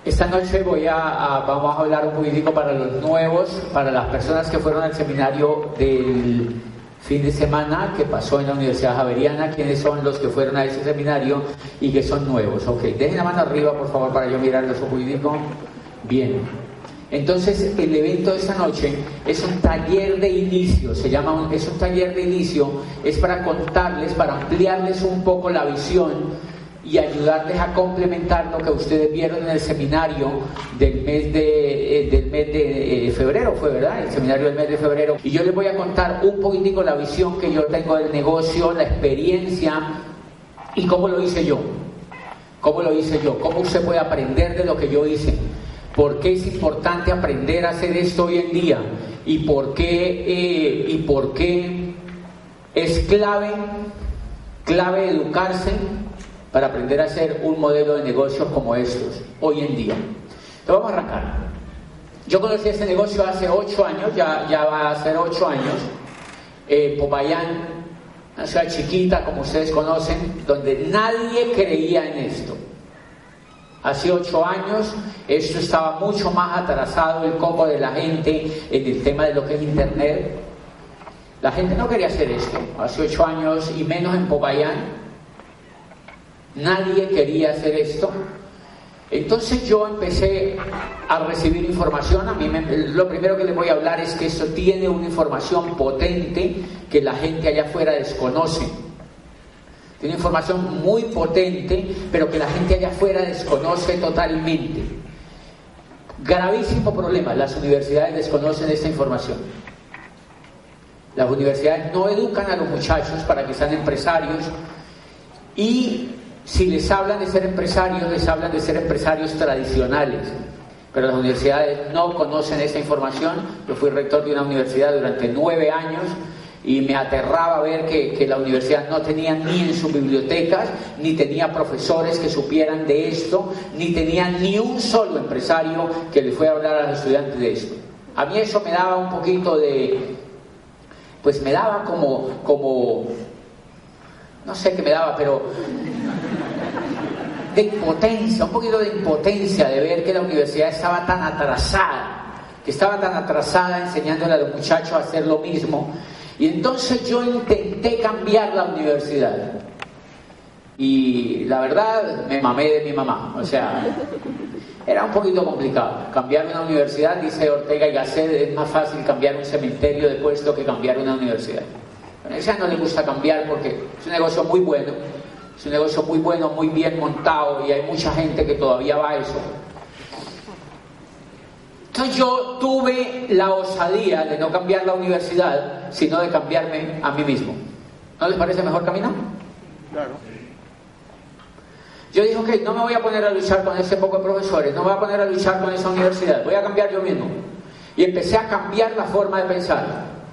Esta noche vamos a hablar un poquitico para los nuevos, para las personas que fueron al seminario del fin de semana que pasó en la Universidad Javeriana. ¿Quiénes son los que fueron a ese seminario y que son nuevos? Ok, dejen la mano arriba, por favor, para yo mirarlos un poquitico. Bien. Entonces, el evento de esta noche es un taller de inicio, es un taller de inicio, es para contarles, para ampliarles un poco la visión y ayudarles a complementar lo que ustedes vieron en el seminario del mes de febrero, fue, ¿verdad? El seminario del mes de febrero. Y yo les voy a contar un poquitico la visión que yo tengo del negocio, la experiencia y cómo lo hice yo. Cómo usted puede aprender de lo que yo hice. ¿Por qué es importante aprender a hacer esto hoy en día? ¿Y por qué es clave educarse para aprender a hacer un modelo de negocios como estos hoy en día? Entonces vamos a arrancar. Yo conocí este negocio hace 8 años, ya va a ser 8 años. Popayán, una ciudad chiquita, como ustedes conocen, donde nadie creía en esto. Hace 8 años esto estaba mucho más atrasado, el coco de la gente en el tema de lo que es internet. La gente no quería hacer esto hace 8 años, y menos en Popayán. Nadie quería hacer esto. Entonces yo empecé a recibir información. Lo primero que les voy a hablar es que esto tiene una información potente que la gente allá afuera desconoce. Tiene información muy potente, pero que la gente allá afuera desconoce totalmente. Gravísimo problema, las universidades desconocen esta información. Las universidades no educan a los muchachos para que sean empresarios, y si les hablan de ser empresarios, les hablan de ser empresarios tradicionales. Pero las universidades no conocen esa información. Yo fui rector de una universidad durante 9 años y me aterraba ver que la universidad no tenía ni en sus bibliotecas, ni tenía profesores que supieran de esto, ni tenía ni un solo empresario que le fuera a hablar a los estudiantes de esto. A mí eso me daba un poquito de... pues me daba como no sé qué me daba, pero de impotencia, un poquito de impotencia de ver que la universidad estaba tan atrasada enseñándole a los muchachos a hacer lo mismo. Y entonces yo intenté cambiar la universidad, y la verdad me mamé de mi mamá. O sea, era un poquito complicado cambiar una universidad. Dice Ortega y Gasset, es más fácil cambiar un cementerio de puesto que cambiar una universidad. A la universidad no le gusta cambiar porque es un negocio muy bueno, muy bien montado, y hay mucha gente que todavía va a eso. Entonces yo tuve la osadía de no cambiar la universidad, sino de cambiarme a mí mismo. ¿No les parece mejor camino? Claro. Yo dije, ok, no me voy a poner a luchar con ese poco de profesores, no me voy a poner a luchar con esa universidad, voy a cambiar yo mismo. Y empecé a cambiar la forma de pensar.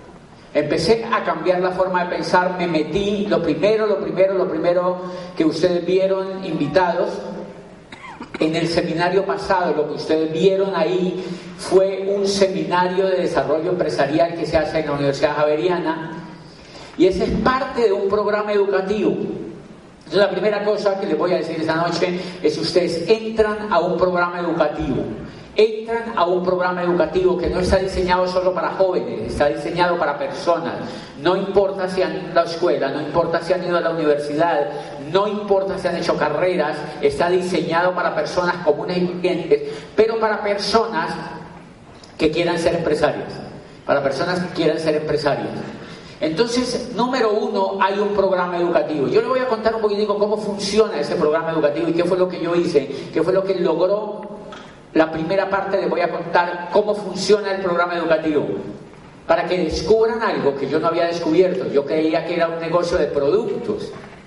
Me metí, lo primero que ustedes vieron invitados en el seminario pasado, lo que ustedes vieron ahí fue un seminario de desarrollo empresarial que se hace en la Universidad Javeriana, y ese es parte de un programa educativo. Entonces la primera cosa que les voy a decir esta noche es: ustedes entran a un programa educativo. Entran a un programa educativo que no está diseñado solo para jóvenes, está diseñado para personas. No importa si han ido a la escuela, no importa si han ido a la universidad, no importa si han hecho carreras, está diseñado para personas comunes y corrientes, pero para personas que quieran ser empresarios. Entonces, número 1, hay un programa educativo. Yo le voy a contar un poquitico cómo funciona ese programa educativo y qué fue lo que yo hice, qué fue lo que logró. La primera parte les voy a contar cómo funciona el programa educativo, para que descubran algo que yo no había descubierto. Yo creía que era un negocio de productos.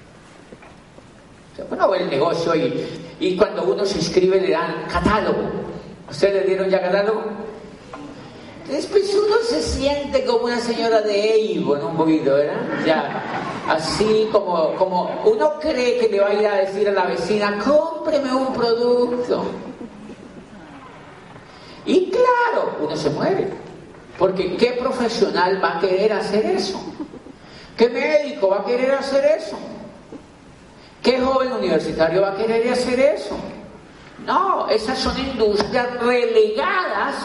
O sea, uno ve el negocio y cuando uno se inscribe le dan catálogo. ¿Ustedes le dieron ya catálogo? Después uno se siente como una señora de Avon un poquito, ¿verdad? Ya, así como uno cree que le va a ir a decir a la vecina, cómpreme un producto. Y claro, uno se muere, porque ¿qué profesional va a querer hacer eso? ¿Qué médico va a querer hacer eso? ¿Qué joven universitario va a querer hacer eso? No, esas son industrias relegadas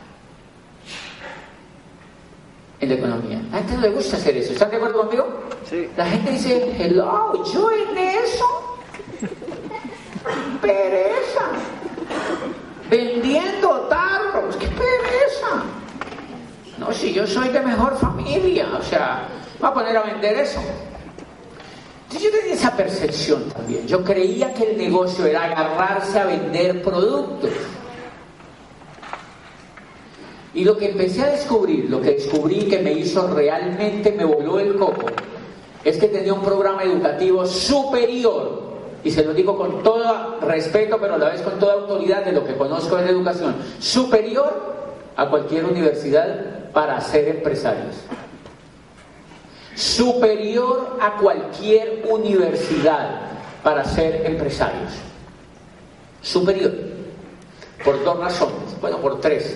en la economía. A la gente no le gusta hacer eso. ¿Están de acuerdo conmigo? Sí. La gente dice, hello, yo en eso. Pereza. Vendiendo tarros, qué pereza. No, si yo soy de mejor familia, o sea, me voy a poner a vender eso. Entonces yo tenía esa percepción también. Yo creía que el negocio era agarrarse a vender productos. Y lo que empecé a descubrir, lo que descubrí que me hizo realmente, me voló el coco, es que tenía un programa educativo superior, y se lo digo con todo respeto, pero a la vez con toda autoridad de lo que conozco en educación, superior a cualquier universidad para ser empresarios. Superior a cualquier universidad para ser empresarios. Superior. Por dos razones. Bueno, por tres.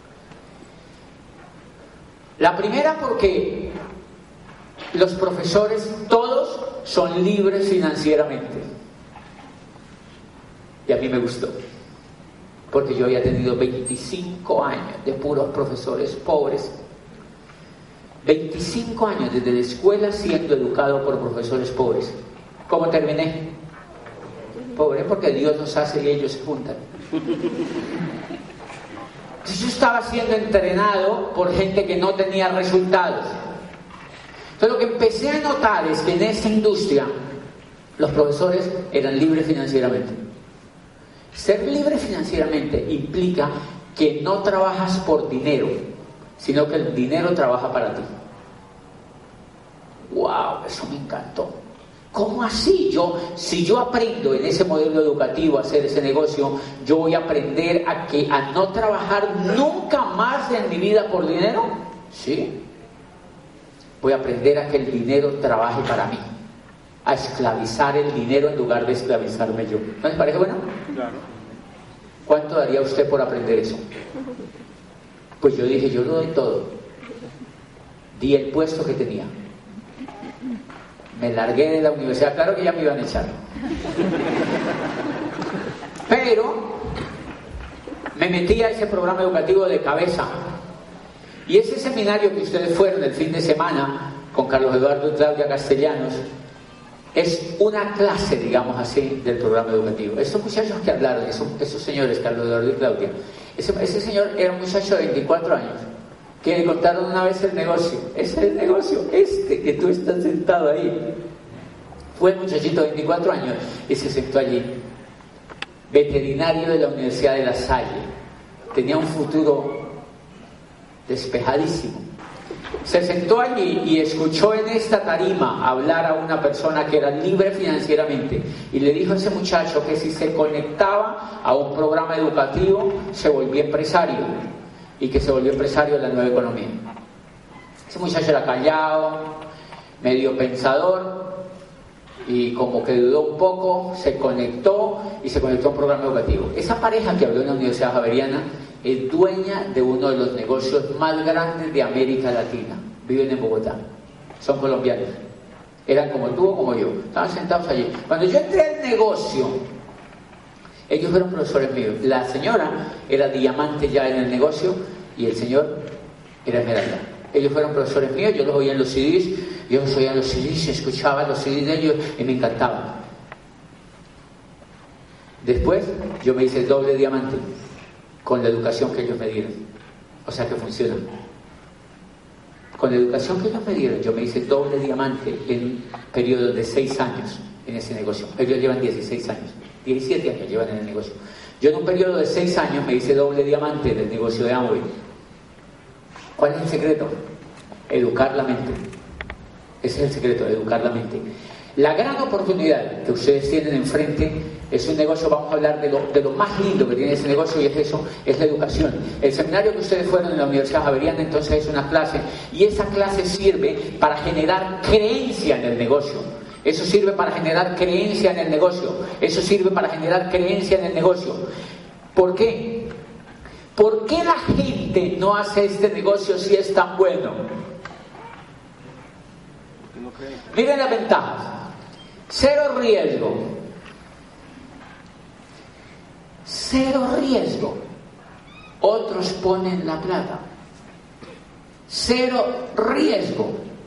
La primera, porque los profesores todos son libres financieramente. Y a mí me gustó. Porque yo había tenido 25 años de puros profesores pobres. 25 años desde la escuela siendo educado por profesores pobres. ¿Cómo terminé? Pobre, porque Dios los hace y ellos se juntan. Entonces yo estaba siendo entrenado por gente que no tenía resultados. Entonces lo que empecé a notar es que en esta industria los profesores eran libres financieramente. Ser libre financieramente implica que no trabajas por dinero, sino que el dinero trabaja para ti. ¡Wow! Eso me encantó. ¿Cómo así? Si yo aprendo en ese modelo educativo a hacer ese negocio, yo voy a aprender a no trabajar nunca más en mi vida por dinero. ¿Sí? Voy a aprender a que el dinero trabaje para mí, a esclavizar el dinero en lugar de esclavizarme yo. ¿No les parece bueno? Claro. ¿Cuánto daría usted por aprender eso? Pues yo dije, yo lo doy todo. Di el puesto que tenía. Me largué de la universidad, claro que ya me iban a echar. Pero me metí a ese programa educativo de cabeza. Y ese seminario que ustedes fueron el fin de semana con Carlos Eduardo y Claudia Castellanos es una clase, digamos así, del programa educativo. Estos muchachos que hablaron, esos señores, Carlos Eduardo y Claudia, ese señor era un muchacho de 24 años que le contaron una vez el negocio. Ese es el negocio, que tú estás sentado ahí. Fue el muchachito de 24 años y se sentó allí. Veterinario de la Universidad de La Salle. Tenía un futuro despejadísimo. Se sentó allí y escuchó en esta tarima hablar a una persona que era libre financieramente y le dijo a ese muchacho que si se conectaba a un programa educativo se volvía empresario, y que se volvió empresario de la nueva economía. Ese muchacho era callado, medio pensador, y como que dudó un poco, se conectó a un programa educativo. Esa pareja que habló en la Universidad Javeriana es dueña de uno de los negocios más grandes de América Latina. Viven en Bogotá, son colombianos. Eran como tú o como yo, estaban sentados allí. Cuando yo entré al negocio, ellos fueron profesores míos. La señora era diamante ya en el negocio y el señor era esmeralda. Ellos fueron profesores míos, yo los oía en los CDs, escuchaba los CDs de ellos y me encantaban. Después yo me hice doble diamante con la educación que ellos me dieron. O sea que funciona. Con la educación que ellos me dieron, yo me hice doble diamante en periodos de 6 años en ese negocio. Ellos llevan 16 años. 17 años llevan en el negocio. Yo en un periodo de 6 años me hice doble diamante del negocio de Amway. ¿Cuál es el secreto? Educar la mente. Ese es el secreto, educar la mente. La gran oportunidad que ustedes tienen enfrente es un negocio, vamos a hablar de lo más lindo que tiene ese negocio, y es eso, es la educación. El seminario que ustedes fueron en la Universidad Javeriana entonces es una clase, y esa clase sirve para generar creencia en el negocio. Eso sirve para generar creencia en el negocio. Eso sirve para generar creencia en el negocio. ¿Por qué? ¿Por qué la gente no hace este negocio si es tan bueno? Miren las ventajas. 0 riesgo. cero riesgo. Otros ponen la plata. Cero riesgo.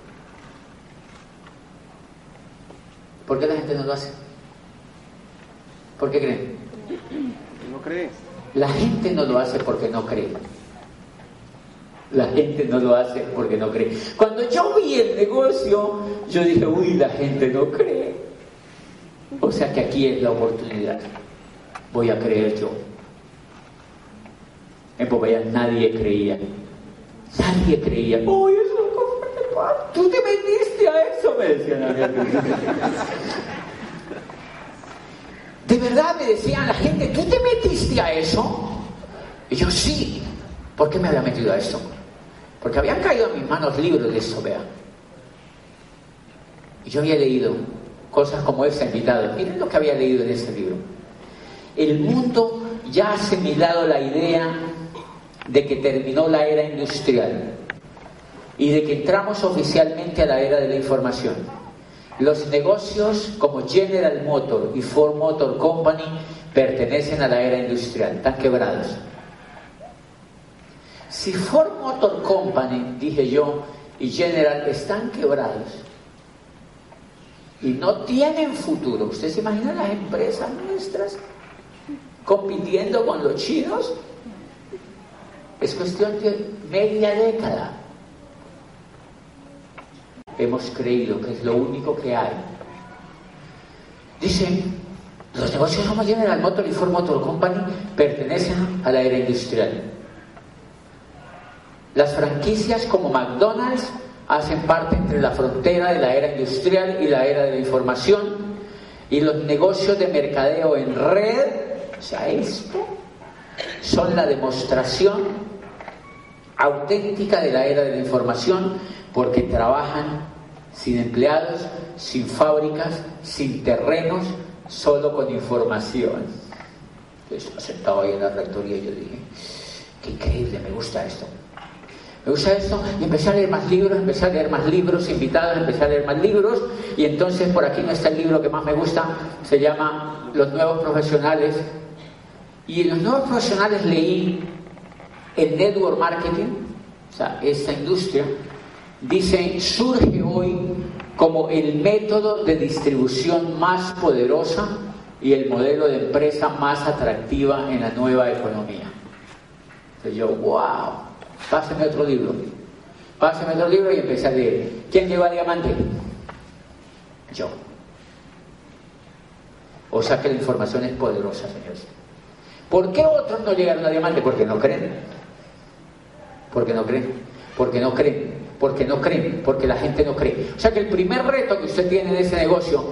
¿Por qué la gente no lo hace? ¿Por qué creen? ¿No cree? La gente no lo hace porque no cree. La gente no lo hace porque no cree. Cuando yo vi el negocio, yo dije, uy, la gente no cree. O sea que aquí es la oportunidad. Voy a creer yo. En Popayán nadie creía. Nadie creía. ¡Uy, eso es un cofre de pan! ¡Tú te metiste a eso! Me decían a mí. De verdad me decían la gente, ¿tú te metiste a eso? Y yo, sí. ¿Por qué me había metido a eso? Porque habían caído en mis manos libros de eso, vean. Y yo había leído cosas como esa invitada. Miren lo que había leído en ese libro. El mundo ya ha asimilado la idea de que terminó la era industrial y de que entramos oficialmente a la era de la información. Los negocios como General Motors y Ford Motor Company pertenecen a la era industrial, están quebrados. Si Ford Motor Company, dije yo, y General están quebrados y no tienen futuro, ¿ustedes se imaginan las empresas nuestras compitiendo con los chinos? Es cuestión de media década. Hemos creído que es lo único que hay. Dicen, los negocios como General Motors y Ford Motor Company pertenecen a la era industrial. Las franquicias como McDonald's hacen parte entre la frontera de la era industrial y la era de la información, y los negocios de mercadeo en red, o sea, esto, son la demostración auténtica de la era de la información, porque trabajan sin empleados, sin fábricas, sin terrenos, solo con información. Entonces, sentado ahí en la rectoría, yo dije, qué increíble, me gusta esto. Me gusta esto, y empecé a leer más libros, invitados, empecé a leer más libros, y entonces por aquí no está el libro que más me gusta, se llama Los Nuevos Profesionales, y en Los Nuevos Profesionales leí el network marketing, o sea, esta industria, dice, surge hoy como el método de distribución más poderosa y el modelo de empresa más atractiva en la nueva economía. Entonces yo, wow. Pásame otro libro y empecé a leer. ¿Quién llegó a diamante? Yo. O sea que la información es poderosa, señores. ¿Por qué otros no llegaron a diamante? Porque no creen, porque la gente no cree. O sea que el primer reto que usted tiene de ese negocio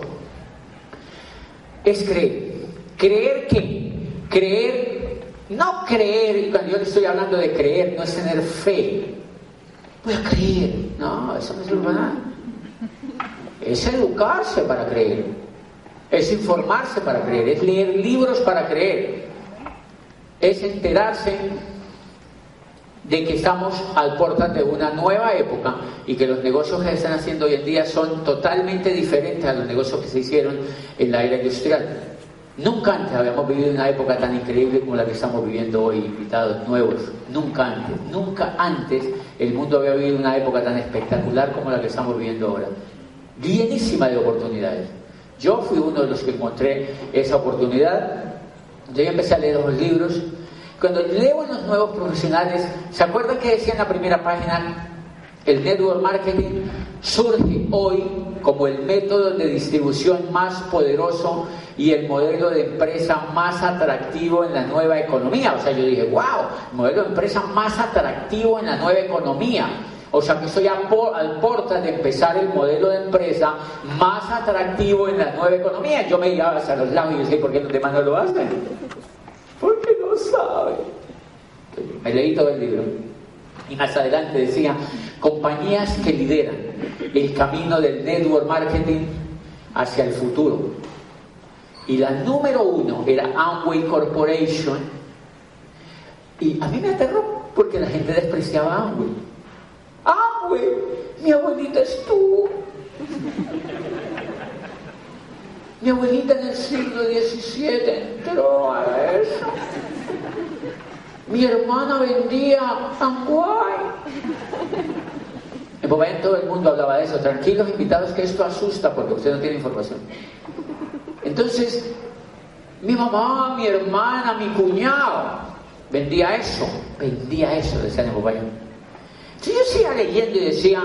es creer. ¿Creer qué? No creer, y cuando yo le estoy hablando de creer, no es tener fe. Voy a creer. No, eso no es normal. Es educarse para creer. Es informarse para creer. Es leer libros para creer. Es enterarse de que estamos al portal de una nueva época y que los negocios que se están haciendo hoy en día son totalmente diferentes a los negocios que se hicieron en la era industrial. Nunca antes habíamos vivido una época tan increíble como la que estamos viviendo hoy, invitados nuevos. Nunca antes el mundo había vivido una época tan espectacular como la que estamos viviendo ahora. Llenísima de oportunidades. Yo fui uno de los que encontré esa oportunidad. Yo empecé a leer los libros. Cuando leo en Los Nuevos Profesionales, ¿se acuerdan que decía en la primera página? El network marketing surge hoy como el método de distribución más poderoso y el modelo de empresa más atractivo en la nueva economía. O sea, yo dije, wow, el modelo de empresa más atractivo en la nueva economía. O sea, que estoy al portal de empezar el modelo de empresa más atractivo en la nueva economía. Yo me iba hacia los lados y decía, ¿por qué los demás no lo hacen? Porque no saben. Me leí todo el libro. Y más adelante decía, compañías que lideran el camino del network marketing hacia el futuro. Y la número 1 era Amway Corporation. Y a mí me aterró porque la gente despreciaba a Amway. Amway, mi abuelita estuvo. Mi abuelita en el siglo XVII entró a eso. Mi hermana vendía Amway. En Popayán todo el mundo hablaba de eso. Tranquilos, invitados, que esto asusta porque usted no tiene información. Entonces, mi mamá, mi hermana, mi cuñado vendía eso, decían en Popayán. Entonces yo seguía leyendo y decía,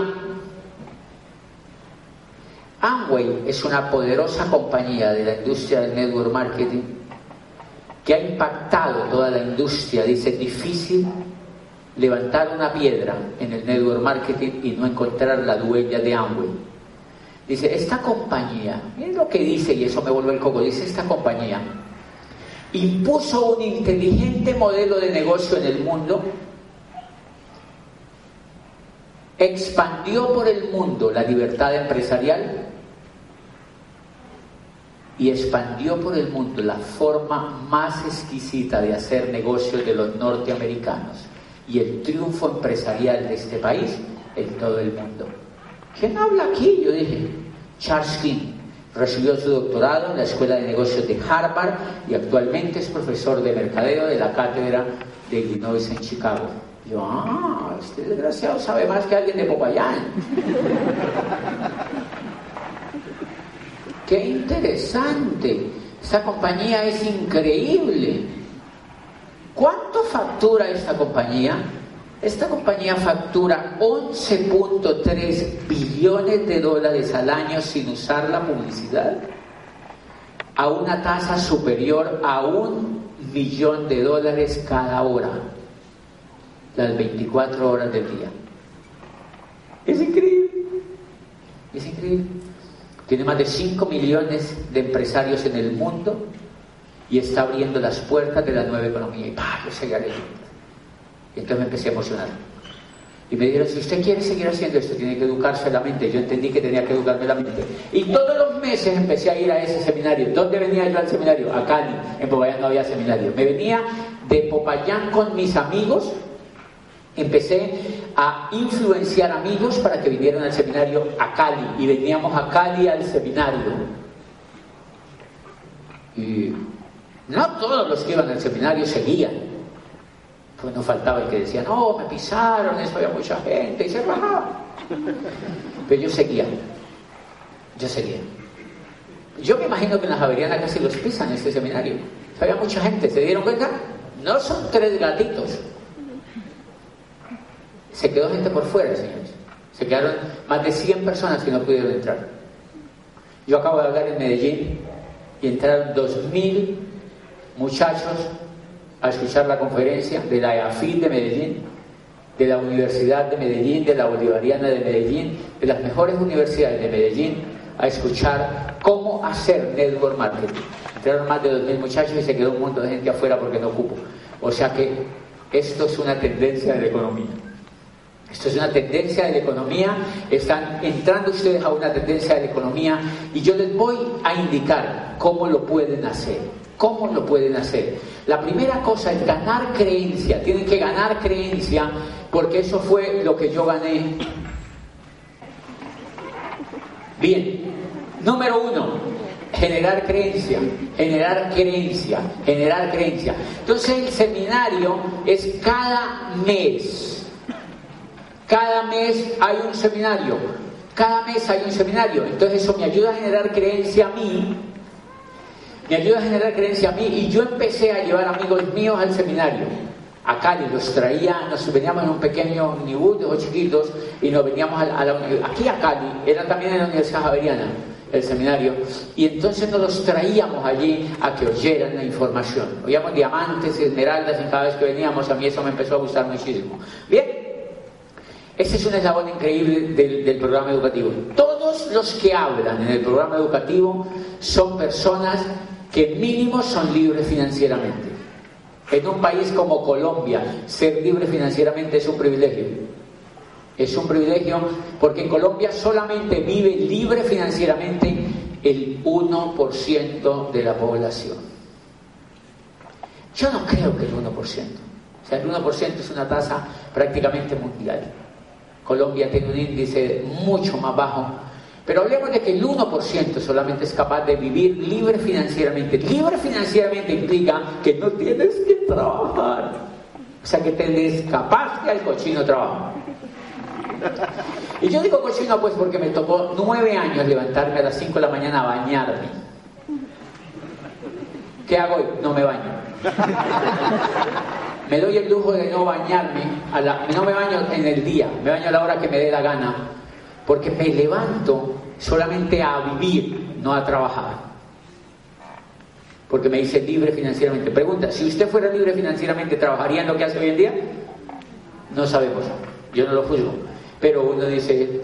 Amway es una poderosa compañía de la industria del network marketing que ha impactado toda la industria. Dice, difícil levantar una piedra en el network marketing y no encontrar la dueña de Amway. Dice, esta compañía, miren lo que dice, y eso me vuelve el coco, dice, esta compañía impuso un inteligente modelo de negocio en el mundo, expandió por el mundo la libertad empresarial y expandió por el mundo la forma más exquisita de hacer negocios de los norteamericanos y el triunfo empresarial de este país en todo el mundo. ¿Quién habla aquí? Yo dije, Charles King. Recibió su doctorado en la Escuela de Negocios de Harvard y actualmente es profesor de mercadeo de la cátedra de Illinois en Chicago. Yo, este desgraciado sabe más que alguien de Popayán. ¡Qué interesante! Esta compañía es increíble. ¿Cuánto factura esta compañía? Esta compañía factura 11.3 billones de dólares al año sin usar la publicidad, a una tasa superior a $1 millón cada hora, las 24 horas del día. Es increíble. Es increíble. Tiene más de 5 millones de empresarios en el mundo y está abriendo las puertas de la nueva economía. Y yo seguía leyendo. Y entonces me empecé a emocionar. Y me dijeron, si usted quiere seguir haciendo esto, tiene que educarse la mente. Yo entendí que tenía que educarme la mente. Y todos los meses empecé a ir a ese seminario. ¿Dónde venía yo al seminario? A Cali. En Popayán no había seminario. Me venía de Popayán con mis amigos. Empecé a influenciar amigos para que vinieran al seminario a Cali. Y veníamos a Cali al seminario. Y no todos los que iban al seminario seguían. Pues no faltaba el que decía, no, me pisaron, eso había mucha gente, y se bajaba. Pero yo seguía. Yo me imagino que en la Javeriana casi los pisan en este seminario. Había mucha gente, ¿se dieron cuenta? No son 3 gatitos. Se quedó gente por fuera, señores. Se quedaron más de 100 personas que no pudieron entrar. Yo acabo de hablar en Medellín y entraron 2.000 muchachos a escuchar la conferencia de la EAFID de Medellín, de la Universidad de Medellín, de la Bolivariana de Medellín, de las mejores universidades de Medellín, a escuchar cómo hacer network marketing. Entraron más de 2.000 muchachos y se quedó un montón de gente afuera porque no cupo. O sea que esto es una tendencia de la economía. Esto es una tendencia de la economía, están entrando ustedes a una tendencia de la economía y yo les voy a indicar cómo lo pueden hacer. ¿Cómo lo pueden hacer? La primera cosa es ganar creencia. Tienen que ganar creencia porque eso fue lo que yo gané. Bien, número 1, generar creencia. Entonces el seminario es cada mes. Cada mes hay un seminario. Entonces eso me ayuda a generar creencia a mí. Y yo empecé a llevar amigos míos al seminario. A Cali los traía, nos veníamos en un pequeño minibús de 2 chiquitos y nos veníamos aquí a Cali, era también en la Universidad Javeriana el seminario, y entonces nos los traíamos allí a que oyeran la información. Oíamos diamantes y esmeraldas en cada vez que veníamos. A mí eso me empezó a gustar muchísimo. Bien, esta es una eslabón increíble del programa educativo. Todos los que hablan en el programa educativo son personas que mínimo son libres financieramente. En un país como Colombia, ser libre financieramente es un privilegio. Es un privilegio porque en Colombia solamente vive libre financieramente el 1% de la población. Yo no creo que el 1%. O sea, el 1% es una tasa prácticamente mundial. Colombia tiene un índice mucho más bajo. Pero hablemos de que el 1% solamente es capaz de vivir libre financieramente. Libre financieramente implica que no tienes que trabajar. sea que te escapaste al cochino trabajo. Y yo digo cochino pues porque me tocó 9 años levantarme a las 5 de la mañana a bañarme. ¿Qué hago hoy? No me baño. Me doy el lujo de no bañarme, no me baño en el día, me baño a la hora que me dé la gana, porque me levanto solamente a vivir, no a trabajar. Porque me dice libre financieramente. Pregunta, si usted fuera libre financieramente, ¿trabajaría en lo que hace hoy en día? No sabemos, yo no lo juzgo. Pero uno dice...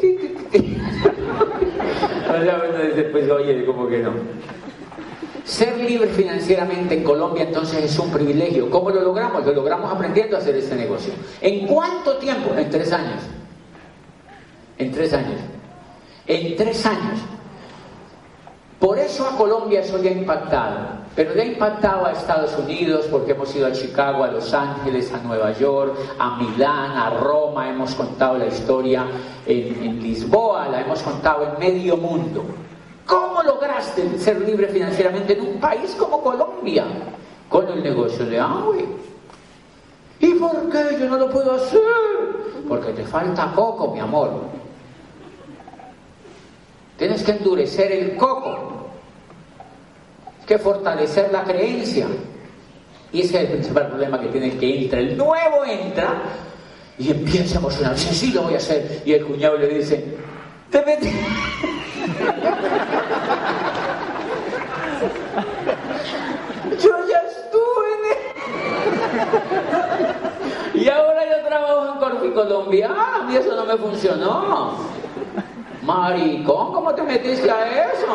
o sea, uno dice, pues oye, como que no. Ser libre financieramente en Colombia entonces es un privilegio. ¿Cómo lo logramos? Lo logramos aprendiendo a hacer este negocio. ¿En cuánto tiempo? En 3 años. En 3 años. En 3 años. Por eso a Colombia eso le ha impactado. Pero le ha impactado a Estados Unidos porque hemos ido a Chicago, a Los Ángeles, a Nueva York, a Milán, a Roma. Hemos contado la historia en Lisboa, la hemos contado en medio mundo. ¿Cómo lograste ser libre financieramente en un país como Colombia? Con el negocio de Amway. ¿Y por qué yo no lo puedo hacer? Porque te falta coco, mi amor. Tienes que endurecer el coco. Tienes que fortalecer la creencia. Y ese es el principal problema que tiene el que entra. El nuevo entra y empieza a emocionarse. Sí, lo voy a hacer. Y el cuñado le dice, te metes... Yo ya estuve en y ahora yo trabajo en Corficolombia. A mí eso no me funcionó. Maricón, ¿cómo te metiste a eso?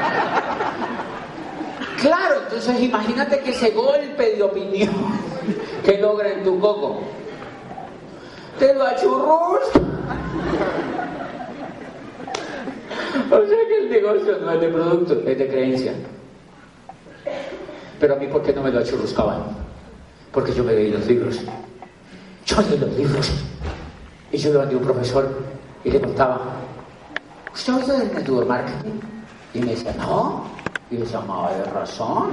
Claro, entonces imagínate que ese golpe de opinión que logra en tu coco te lo achurrusca. O sea que el negocio no es de producto, es de creencia. Pero a mí, ¿por qué no me lo achurruscaban? Porque yo me leí los libros. Yo leí los libros. Y yo le mandé a un profesor y le contaba, ¿usted ha oído del network marketing? Y me decía, no. Y yo decía, madre razón.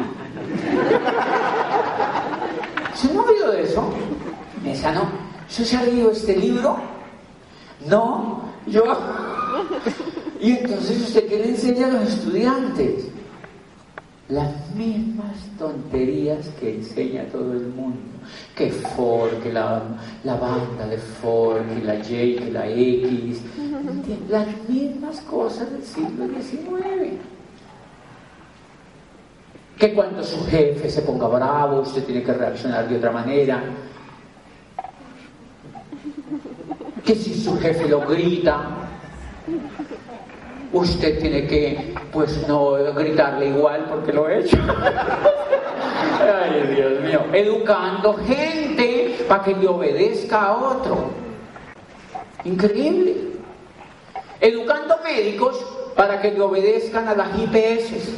¿Se no ha oído de eso? Y me decía, no. ¿Usted se ha leído este libro? No. Yo... Y entonces usted, ¿qué le enseña a los estudiantes? Las mismas tonterías que enseña todo el mundo. Que Ford, que la banda de Ford, que la Y, que la X. Las mismas cosas del siglo XIX. Que cuando su jefe se ponga bravo, usted tiene que reaccionar de otra manera. Que si su jefe lo grita, usted tiene que, pues no gritarle igual porque lo he hecho. Ay, Dios mío. Educando gente para que le obedezca a otro. Increíble. Educando médicos para que le obedezcan a las IPS.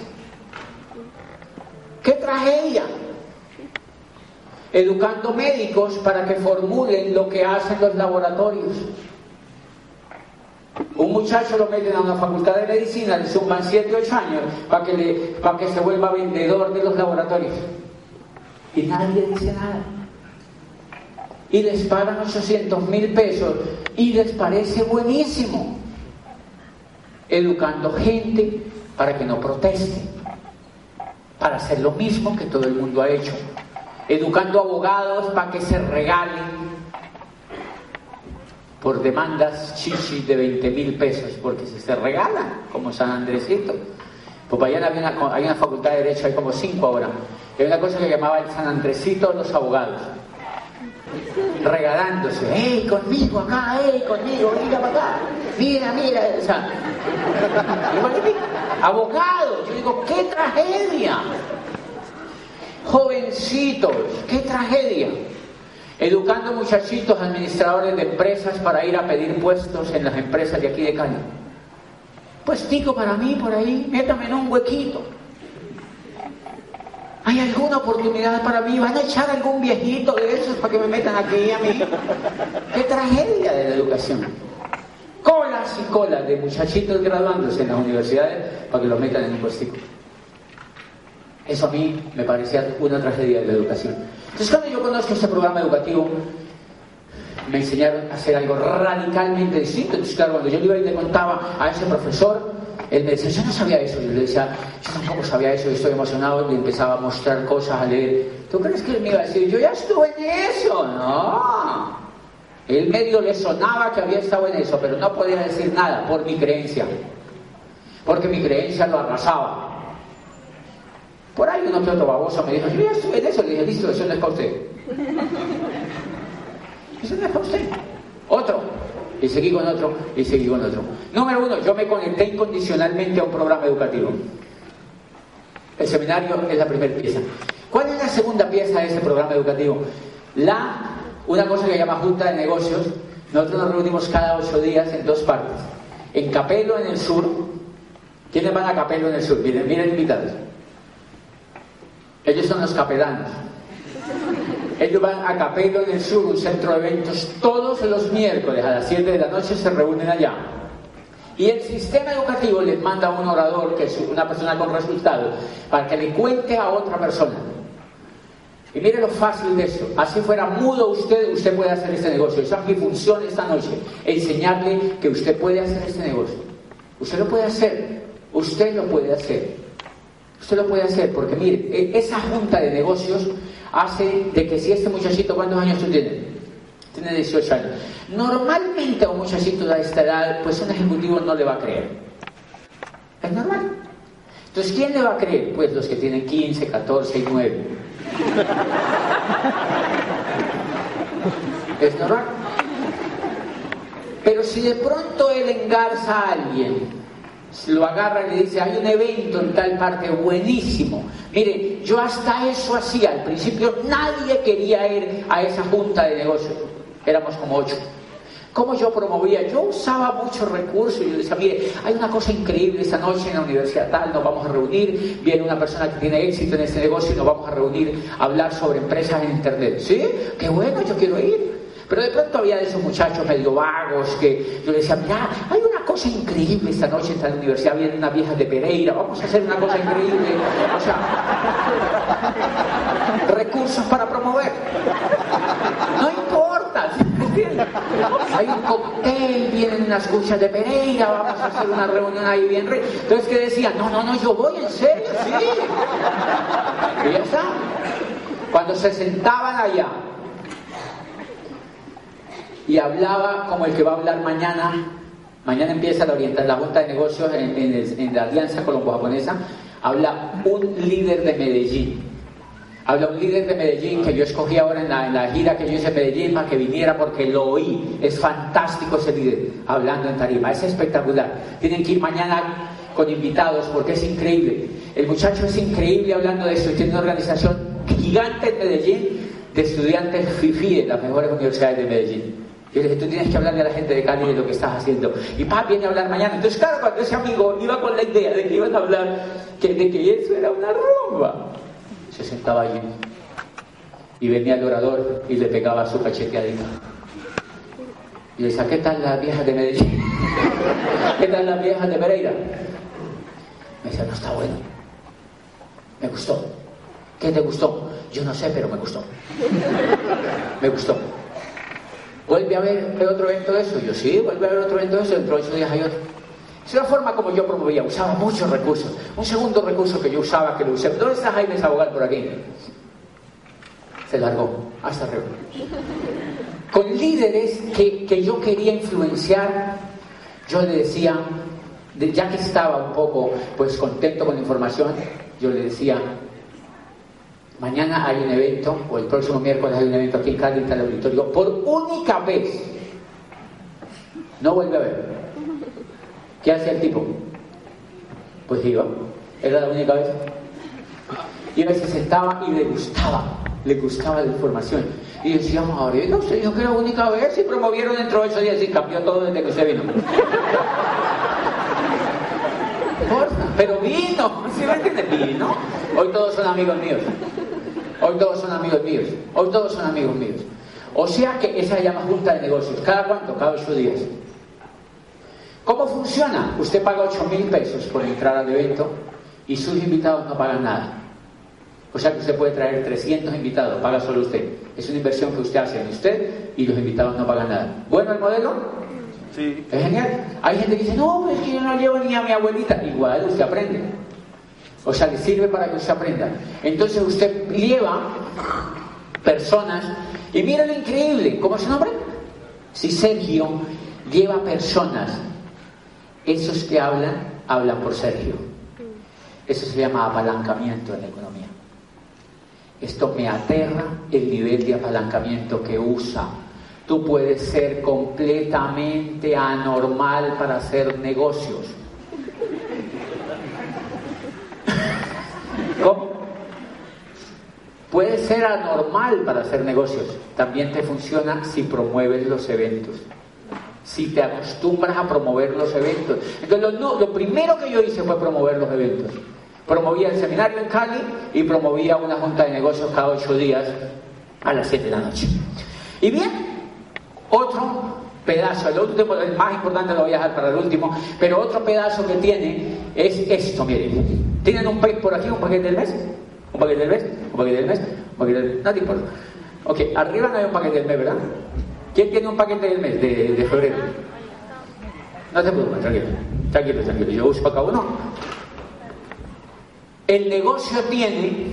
¡Qué tragedia! Educando médicos para que formulen lo que hacen los laboratorios. Un muchacho lo meten a una facultad de medicina, le suman 7 o 8 años para que se vuelva vendedor de los laboratorios. Y nadie dice nada. Y les pagan 800,000 pesos y les parece buenísimo. Educando gente para que no proteste, para hacer lo mismo que todo el mundo ha hecho. Educando abogados para que se regalen por demandas chichis de 20,000 pesos, porque si se regalan, como San Andresito. Pues allá hay una facultad de Derecho, hay como 5 ahora. Hay una cosa que llamaba el San Andresito de los abogados. Regalándose, ¡hey, conmigo acá! ¡Hey, conmigo! ¡Mira para acá! ¡Mira, mira! O sea, abogados, yo digo, ¡qué tragedia! Jovencitos, ¡qué tragedia! Educando muchachitos administradores de empresas para ir a pedir puestos en las empresas de aquí de Cali. Puestico para mí por ahí, métame en un huequito. ¿Hay alguna oportunidad para mí? ¿Van a echar algún viejito de esos para que me metan aquí a mí? ¡Qué tragedia de la educación! Colas y colas de muchachitos graduándose en las universidades para que los metan en un puestico. Eso a mí me parecía una tragedia de la educación. Entonces, cuando yo conozco este programa educativo, me enseñaron a hacer algo radicalmente distinto. Entonces, claro, cuando yo iba y le contaba a ese profesor, él me decía, yo no sabía eso. Yo le decía, yo tampoco sabía eso, y estoy emocionado, y le empezaba a mostrar cosas, a leer. ¿Tú crees que él me iba a decir, yo ya estuve en eso? No. Él medio le sonaba que había estado en eso, pero no podía decir nada por mi creencia. Porque mi creencia lo arrasaba. Por ahí uno que otro baboso me dijo, yo ya estuve en eso. Le dije, listo, eso no es para usted. Eso no es para usted. Otro. Y seguí con otro, y seguí con otro. Número 1, yo me conecté incondicionalmente a un programa educativo. El seminario es la primera pieza. ¿Cuál es la segunda pieza de ese programa educativo? Una cosa que se llama Junta de Negocios. Nosotros nos reunimos cada 8 días en 2 partes. En Capelo, en el sur. ¿Quiénes van a Capelo, en el sur? Miren invitados. Ellos son los capelanos. Ellos van a Capelo, en el sur, un centro de eventos, todos los miércoles a las 7 de la noche se reúnen allá. Y el sistema educativo les manda a un orador, que es una persona con resultados, para que le cuente a otra persona. Y mire lo fácil de esto. Así fuera mudo usted puede hacer este negocio. Esa es mi función esta noche, enseñarle que usted puede hacer este negocio. Usted lo puede hacer. Usted lo puede hacer. Usted lo puede hacer, porque mire, esa junta de negocios hace de que si este muchachito, ¿cuántos años tú tienes? Tiene 18 años. Normalmente a un muchachito de esta edad, pues un ejecutivo no le va a creer. Es normal. Entonces, ¿quién le va a creer? Pues los que tienen 15, 14 y 9. Es normal. Pero si de pronto él engarza a alguien, lo agarra y le dice, hay un evento en tal parte buenísimo. Mire, yo hasta eso hacía. Al principio nadie quería ir a esa junta de negocios. Éramos como 8. ¿Cómo yo promovía? Yo usaba muchos recursos. Yo decía, mire, hay una cosa increíble esta noche en la universidad tal, nos vamos a reunir, viene una persona que tiene éxito en este negocio y nos vamos a reunir a hablar sobre empresas en internet. ¿Sí? ¡Qué bueno! Yo quiero ir. Pero de pronto había de esos muchachos medio vagos que yo les decía, mira, hay una cosa increíble esta noche en la universidad, vienen unas viejas de Pereira, vamos a hacer una cosa increíble. O sea, recursos para promover. No importa, ¿entiendes? Hay un cóctel, vienen unas cuchas de Pereira, vamos a hacer una reunión ahí bien rica. Entonces, ¿qué decían? No, yo voy, en serio, sí. Y ya está. Cuando se sentaban allá, y hablaba como el que va a hablar mañana. Mañana empieza la Junta de Negocios en la Alianza Colombo-Japonesa. Habla un líder de Medellín. Habla un líder de Medellín que yo escogí ahora en la gira que yo hice en Medellín para que viniera porque lo oí. Es fantástico ese líder hablando en tarima. Es espectacular. Tienen que ir mañana con invitados porque es increíble. El muchacho es increíble hablando de eso y tiene una organización gigante en Medellín de estudiantes FIFI de las mejores universidades de Medellín. Yo le dije, tú tienes que hablarle a la gente de Cali de lo que estás haciendo. Y viene a hablar mañana. Entonces, claro, cuando ese amigo iba con la idea de que iban a hablar de que eso era una rumba, se sentaba allí. Y venía el orador y le pegaba su cacheteadita. Y le decía, ¿qué tal las viejas de Medellín? ¿Qué tal las viejas de Pereira? Me decía, no está bueno. Me gustó. ¿Qué te gustó? Yo no sé, pero me gustó. Me gustó. ¿Vuelve a haber otro evento de eso? Yo sí, vuelve a haber otro evento de eso, dentro de 8 días hay otro. Es la forma como yo promovía, usaba muchos recursos. Un segundo recurso que yo usaba, que lo usé. ¿Dónde está Jaime Sabogal por aquí? Se largó, hasta arriba. Con líderes que yo quería influenciar, yo le decía, ya que estaba un poco pues contento con la información, yo le decía, mañana hay un evento, o el próximo miércoles hay un evento aquí en Cali, en el auditorio, por única vez. No vuelve a ver. ¿Qué hacía el tipo? Pues iba. Era la única vez. Y a veces se sentaba y le gustaba la información. Y decíamos, ahora, no sé, yo que era la única vez, si promovieron dentro de 8 días y cambió todo desde que usted vino. Pero vino, ¿sí me entiendes? Vino. Hoy todos son amigos míos. Hoy todos son amigos míos. Hoy todos son amigos míos. O sea que esa se llama Junta de Negocios. ¿Cada cuánto? Cada 8 días. ¿Cómo funciona? Usted paga 8.000 pesos por entrar al evento y sus invitados no pagan nada. O sea que usted puede traer 300 invitados, paga solo usted. Es una inversión que usted hace en usted y los invitados no pagan nada. ¿Bueno el modelo? Sí. Es genial. Hay gente que dice, no, pero es que yo no llevo ni a mi abuelita. Igual usted aprende. O sea, le sirve para que usted aprenda. Entonces usted lleva personas y mira lo increíble. ¿Cómo es su nombre? Si Sergio lleva personas, esos que hablan por Sergio. Eso se llama apalancamiento en la economía. Esto me aterra el nivel de apalancamiento que usa. Tú puedes ser completamente anormal para hacer negocios. ¿Cómo? Puedes ser anormal para hacer negocios. También te funciona si promueves los eventos. Si te acostumbras a promover los eventos. Entonces lo primero que yo hice fue promover los eventos. Promovía el seminario en Cali y promovía una junta de negocios cada 8 días a las 7 de la noche. Y bien, otro pedazo, el último, el más importante lo voy a dejar para el último, pero otro pedazo que tiene es esto, miren. ¿Tienen un paquete por aquí, un paquete del mes? ¿Un paquete del mes? ¿Un paquete del mes? ¿Un paquete del mes? No te importa. Ok, arriba no hay un paquete del mes, ¿verdad? ¿Quién tiene un paquete del mes de febrero? No te preocupes, tranquilo. Yo uso acá uno. El negocio tiene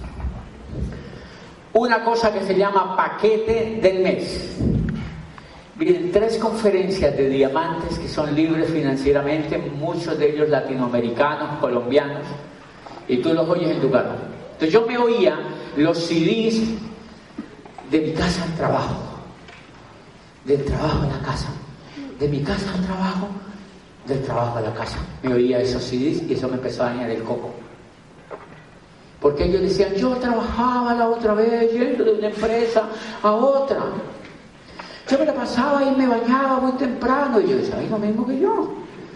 una cosa que se llama paquete del mes. Miren, 3 conferencias de diamantes que son libres financieramente, muchos de ellos latinoamericanos, colombianos, y tú los oyes en tu casa. Entonces yo me oía los CDs de mi casa al trabajo, del trabajo a la casa, de mi casa al trabajo, del trabajo a la casa. Me oía esos CDs y eso me empezó a dañar el coco. Porque ellos decían, yo trabajaba la otra vez yendo de una empresa a otra. Yo me la pasaba y me bañaba muy temprano. Y yo decía, ay, lo mismo que yo.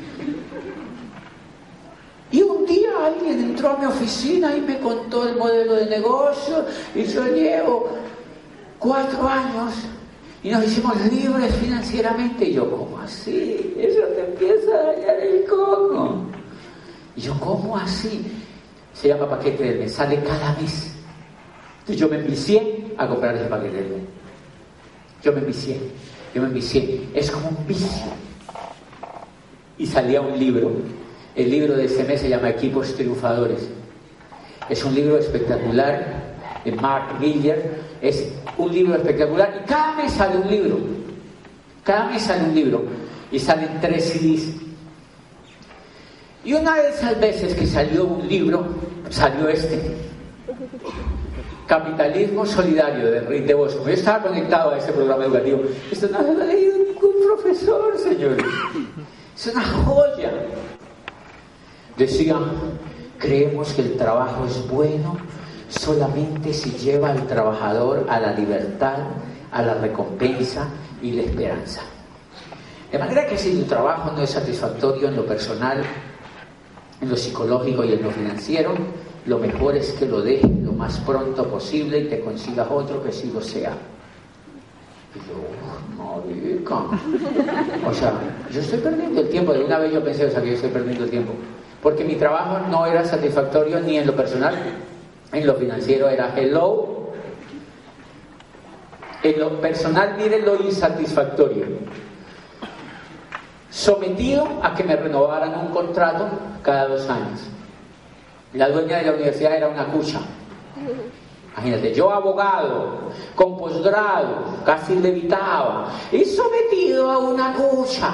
Y un día alguien entró a mi oficina y me contó el modelo de negocio. Y yo llevo 4 años y nos hicimos libres financieramente. Y yo, ¿cómo así? Eso te empieza a dañar el coco. Y yo, ¿cómo así? Se llama paquete del mes, sale cada mes. Entonces yo me envicié a comprar ese paquete del mes. Yo me envicié. Es como un vicio. Y salía un libro. El libro de ese mes se llama Equipos Triunfadores. Es un libro espectacular de Mark Miller. Es un libro espectacular. Y cada mes sale un libro. Y salen 3 CDs. Y una de esas veces que salió un libro, salió este. Capitalismo Solidario, de Rick DeVos. Yo estaba conectado a ese programa educativo. Esto no lo ha leído ningún profesor, señores. Es una joya. Decía, creemos que el trabajo es bueno solamente si lleva al trabajador a la libertad, a la recompensa y la esperanza. De manera que si tu trabajo no es satisfactorio en lo personal, en lo psicológico y en lo financiero, lo mejor es que lo dejes lo más pronto posible y te consigas otro que sí lo sea. Y yo, marica. O sea, yo estoy perdiendo el tiempo. De una vez yo pensé, que yo estoy perdiendo el tiempo. Porque mi trabajo no era satisfactorio ni en lo personal, en lo financiero era hello. En lo personal, miren lo insatisfactorio. Sometido a que me renovaran un contrato cada 2 años. La dueña de la universidad era una cucha. Imagínate, yo abogado, con posgrado, casi levitaba, y sometido a una cucha.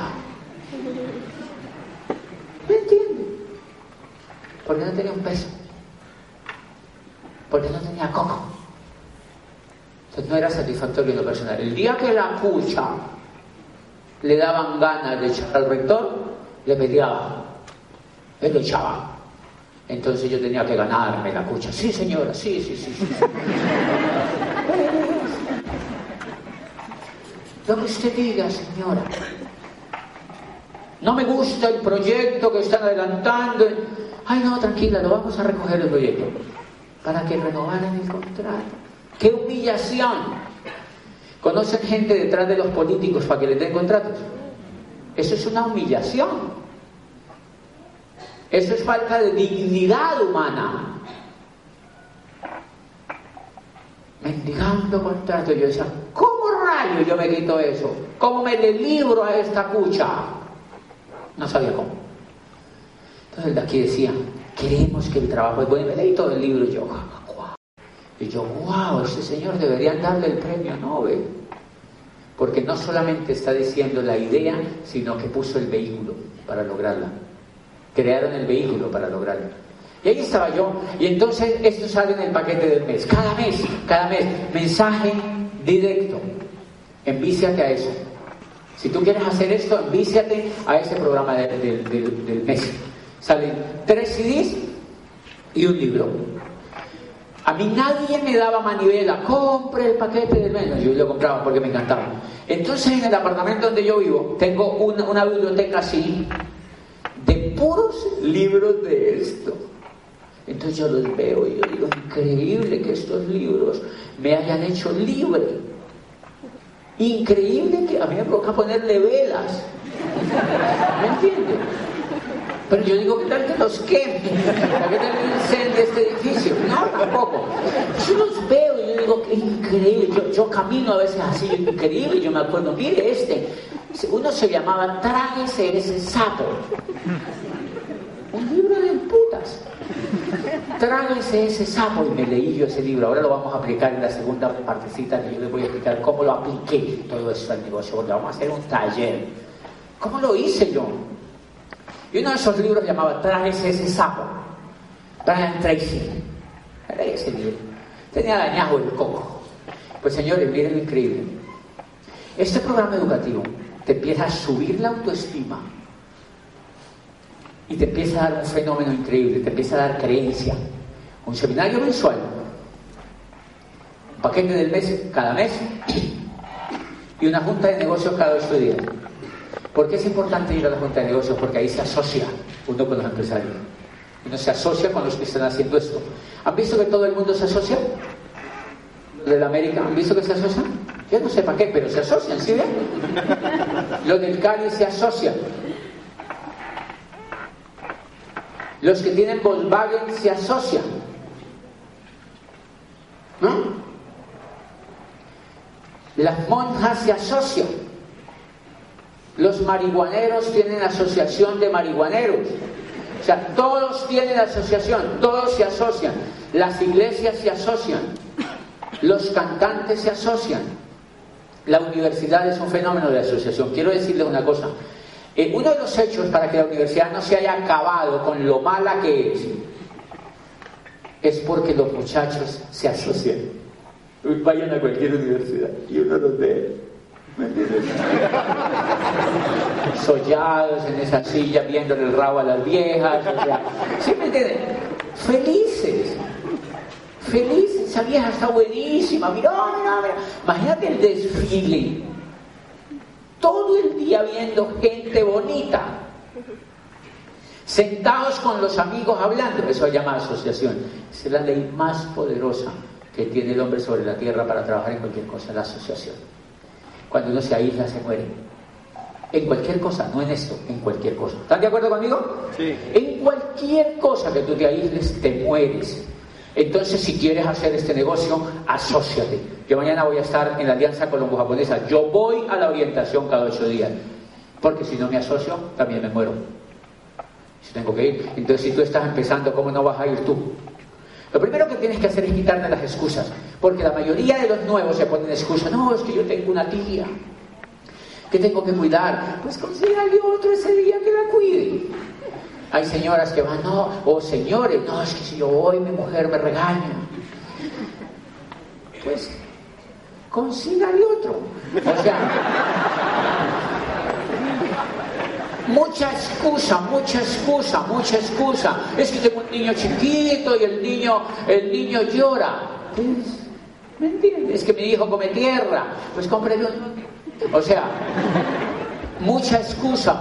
¿Me entiendes? Porque no tenía un peso. Porque no tenía coco. Entonces no era satisfactorio en lo personal. El día que la cucha le daban ganas de echar al rector, le peleaba. Él lo echaba. Entonces yo tenía que ganarme la cucha. Sí, señora, sí. Lo que usted diga, señora. No me gusta el proyecto que están adelantando. Ay, no, tranquila, lo vamos a recoger el proyecto. Para que renovaran el contrato. ¡Qué humillación! ¿Conocen gente detrás de los políticos para que les den contratos? Eso es una humillación. Eso es falta de dignidad humana. mendigando contrato. Yo decía, ¿cómo rayos yo me quito eso? ¿Cómo me le libro a esta cucha? No sabía cómo. Entonces el de aquí decía, queremos que el trabajo es bueno. Y me leí todo el libro y yo, wow. Y yo, wow, este señor deberían darle el premio Nobel. Porque no solamente está diciendo la idea, sino que puso el vehículo para lograrla. Crearon el vehículo para lograrla. Y ahí estaba yo, y entonces esto sale en el paquete del mes. Cada mes, mensaje directo. Envíciate a eso. Si tú quieres hacer esto, envíciate a ese programa del mes. Salen 3 CDs y un libro. A mí nadie me daba manivela, compre el paquete del mes. Yo lo compraba porque me encantaba. Entonces en el apartamento donde yo vivo, tengo una biblioteca así, de puros libros de esto. Entonces yo los veo y yo digo, increíble que estos libros me hayan hecho libre. Increíble que a mí me provoca ponerle velas. ¿Me entiendes? Pero yo digo, ¿qué tal que los queme? ¿Qué tal que incendie este edificio? No, tampoco. Yo los veo y yo digo, qué increíble. Yo camino a veces así, increíble. Yo me acuerdo, mire uno se llamaba Tráguese ese sapo. Un libro de putas. Tráguese ese sapo. Y me leí yo ese libro. Ahora lo vamos a aplicar en la segunda partecita que yo les voy a explicar cómo lo apliqué todo eso al negocio. Porque vamos a hacer un taller. ¿Cómo lo hice yo? Y uno de esos libros llamaba Tráguese ese sapo. Brian Tracy. Era ese libro. Tenía dañado el coco. Pues señores, miren lo increíble. Este programa educativo te empieza a subir la autoestima y te empieza a dar un fenómeno increíble, te empieza a dar creencia. Un seminario mensual, un paquete del mes cada mes y una junta de negocios cada 8 días. ¿Por qué es importante ir a la junta de negocios? Porque ahí se asocia uno con los empresarios. Uno se asocia con los que están haciendo esto. ¿Han visto que todo el mundo se asocia? Los de la América, ¿han visto que se asocian? Yo no sé para qué, pero se asocian, ¿sí ven? Los del Cali se asocian. Los que tienen Volkswagen se asocian. ¿No? Las monjas se asocian. Los marihuaneros tienen asociación de marihuaneros. O sea, todos tienen asociación, todos se asocian. Las iglesias se asocian. Los cantantes se asocian. La universidad es un fenómeno de asociación. Quiero decirles una cosa. Uno de los hechos para que la universidad no se haya acabado con lo mala que es porque los muchachos se asocian. Vayan a cualquier universidad y uno los ve, ¿me entiendes? Sollados en esa silla viéndole el rabo a las viejas, o sea, ¿sí me entienden? Felices. Esa vieja está buenísima, mira. Imagínate el desfile. Todo el día viendo gente bonita. Sentados con los amigos hablando. Eso se llama asociación. Esa es la ley más poderosa que tiene el hombre sobre la tierra para trabajar en cualquier cosa, la asociación. Cuando uno se aísla, se muere. En cualquier cosa, no en esto, en cualquier cosa. ¿Están de acuerdo conmigo? Sí. En cualquier cosa que tú te aísles, te mueres. Entonces, si quieres hacer este negocio, asóciate. Yo mañana voy a estar en la Alianza Colombo-Japonesa. Yo voy a la orientación cada 8 días. Porque si no me asocio, también me muero. Si tengo que ir. Entonces, si tú estás empezando, ¿cómo no vas a ir tú? Lo primero que tienes que hacer es quitarte las excusas. Porque la mayoría de los nuevos se ponen excusas. No, es que yo tengo una tía que tengo que cuidar. Pues consígale otro ese día que la cuide. Hay señoras que van, no, o señores, no, es que si yo voy, mi mujer me regaña. Pues, consígale otro. O sea, mucha excusa. Es que tengo un niño chiquito y el niño llora. Pues, ¿me entiendes? Es que mi hijo come tierra. Pues cómprele un... O sea... Mucha excusa.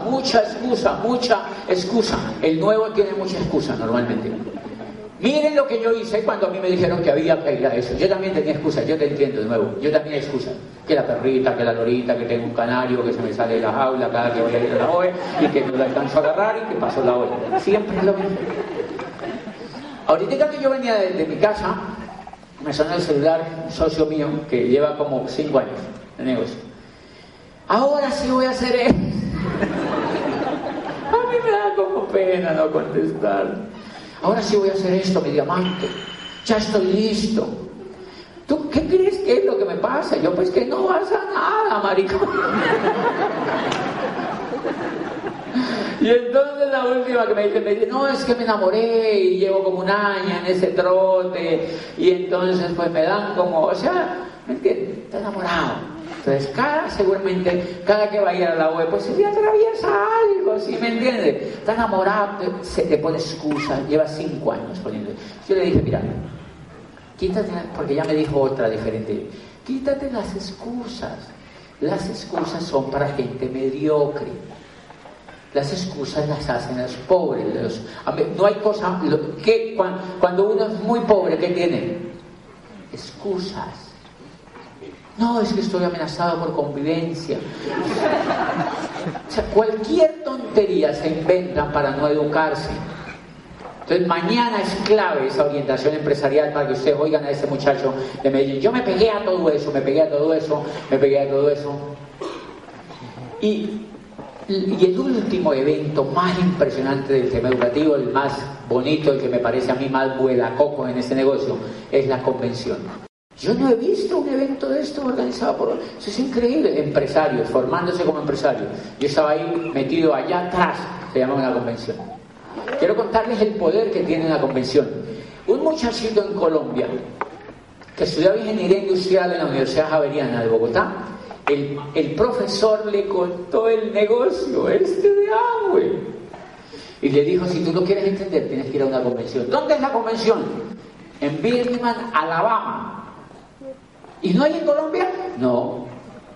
El nuevo tiene mucha excusa normalmente. Miren lo que yo hice cuando a mí me dijeron que había que ir a eso. Yo también tenía excusas, yo te entiendo de nuevo. Yo también excusas. Que la perrita, que la lorita, que tengo un canario, que se me sale de la jaula cada que voy a ir a la OE y que no la alcanzo a agarrar y que paso la OE. Siempre es lo mismo. Ahorita que yo venía de mi casa, Me sonó el celular un socio mío que lleva como 5 años de negocio. Ahora sí voy a hacer eso. A mí me da como pena no contestar. Ahora sí voy a hacer esto, mi diamante. Ya estoy listo. ¿Tú qué crees que es lo que me pasa? Yo, pues que no pasa nada, marico. Y entonces la última que me dice, no, es que me enamoré y llevo como 1 año en ese trote. Y entonces pues me dan como, o sea, ¿me entiendes? Está enamorado. Entonces seguramente cada que va a ir a la web, pues se le atraviesa algo, ¿sí me entiendes? Está enamorado, se te pone excusa, lleva 5 años poniendo. Yo le dije, mira, quítate, porque ya me dijo otra diferente, quítate las excusas. Las excusas son para gente mediocre. Las excusas las hacen los pobres. No hay cosa que cuando uno es muy pobre, ¿qué tiene? Excusas. No, es que estoy amenazado por convivencia. O sea, cualquier tontería se inventan para no educarse. Entonces mañana es clave esa orientación empresarial para que ustedes oigan a ese muchacho de Medellín. Yo me pegué a todo eso. Y el último evento más impresionante del tema educativo, el más bonito, el que me parece a mí más vuelacoco en este negocio, es la convención. Yo no he visto un evento de esto organizado por... Eso es increíble. Empresarios, formándose como empresarios. Yo estaba ahí metido allá atrás, se llama una convención. Quiero contarles el poder que tiene la convención. Un muchachito en Colombia que estudiaba ingeniería industrial en la Universidad Javeriana de Bogotá, el profesor le contó el negocio de Amway y le dijo, si tú lo quieres entender tienes que ir a una convención. ¿Dónde es la convención? En Birmingham, Alabama. ¿Y no hay en Colombia? No.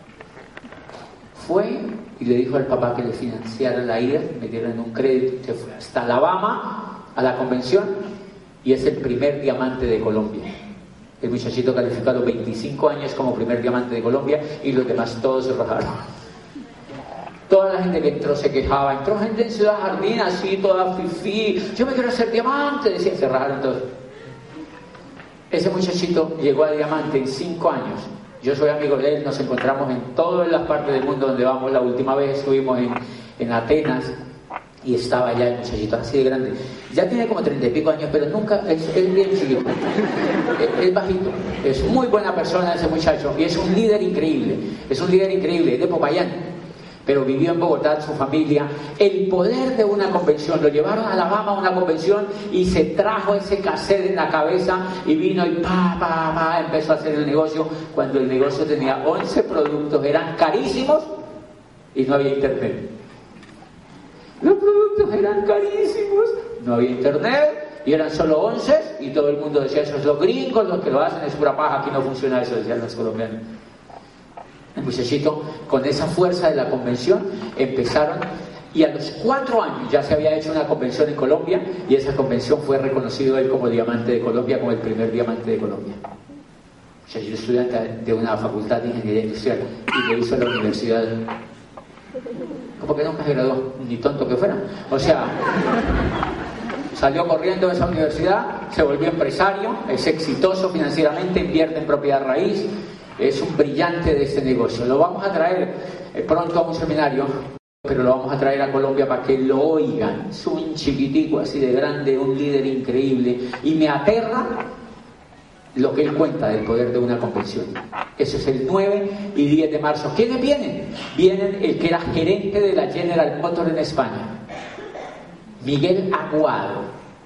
Fue y le dijo al papá que le financiara la ida, me dieron un crédito, se fue hasta Alabama a la convención y es el primer diamante de Colombia. El muchachito calificó a los 25 años como primer diamante de Colombia y los demás todos se rajaron. Toda la gente que entró se quejaba. Entró gente en Ciudad Jardín así, toda fifí. Yo me quiero hacer diamante, decían, se rajaron todos. Ese muchachito llegó a diamante en 5 años. Yo soy amigo de él, nos encontramos en todas las partes del mundo donde vamos. La última vez estuvimos en Atenas y estaba allá el muchachito así de grande. Ya tiene como 30 y pico años, pero nunca, es bien chiquito. Es bajito. Es muy buena persona ese muchacho y es un líder increíble. Es de Popayán. Pero vivió en Bogotá, su familia. El poder de una convención, lo llevaron a Alabama a una convención y se trajo ese cassette en la cabeza y vino y empezó a hacer el negocio. Cuando el negocio tenía 11 productos, eran carísimos y no había internet. Los productos eran carísimos, no había internet y eran solo 11 y todo el mundo decía, eso es los gringos, los que lo hacen es pura paja, aquí no funciona eso, decían los colombianos. El muchachito, con esa fuerza de la convención, empezaron y a los 4 años ya se había hecho una convención en Colombia y esa convención fue reconocido él como diamante de Colombia, como el primer diamante de Colombia. O sea, yo estudiante de una facultad de ingeniería industrial y lo hizo en la universidad. Como que nunca se graduó, ni tonto que fuera. O sea, salió corriendo de esa universidad, se volvió empresario, es exitoso financieramente, invierte en propiedad raíz. Es un brillante de este negocio. Lo vamos a traer pronto a un seminario, pero lo vamos a traer a Colombia para que lo oigan. Es un chiquitico así de grande, un líder increíble. Y me aterra lo que él cuenta del poder de una convención. Eso es el 9 y 10 de marzo. ¿Quiénes vienen? Vienen el que era gerente de la General Motors en España, Miguel Aguado.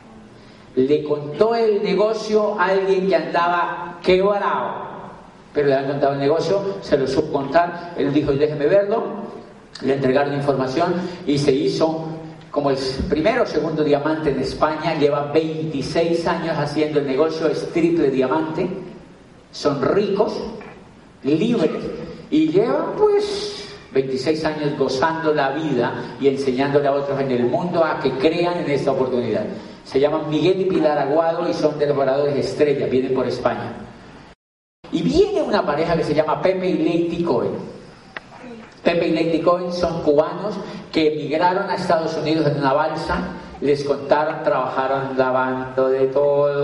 Le contó el negocio a alguien que andaba quebrado, pero le han contado el negocio, se lo supo contar, él dijo, déjeme verlo, le entregaron información y se hizo como el primero o segundo diamante en España, lleva 26 años haciendo el negocio, es triple diamante, son ricos, libres, y llevan pues 26 años gozando la vida y enseñándole a otros en el mundo a que crean en esta oportunidad. Se llaman Miguel y Pilar Aguado y son de los oradores estrella, vienen por España. Y viene una pareja que se llama Pepe y Lady Cohen. Pepe y Lady Cohen son cubanos que emigraron a Estados Unidos en una balsa, les contaron, trabajaron lavando de todo,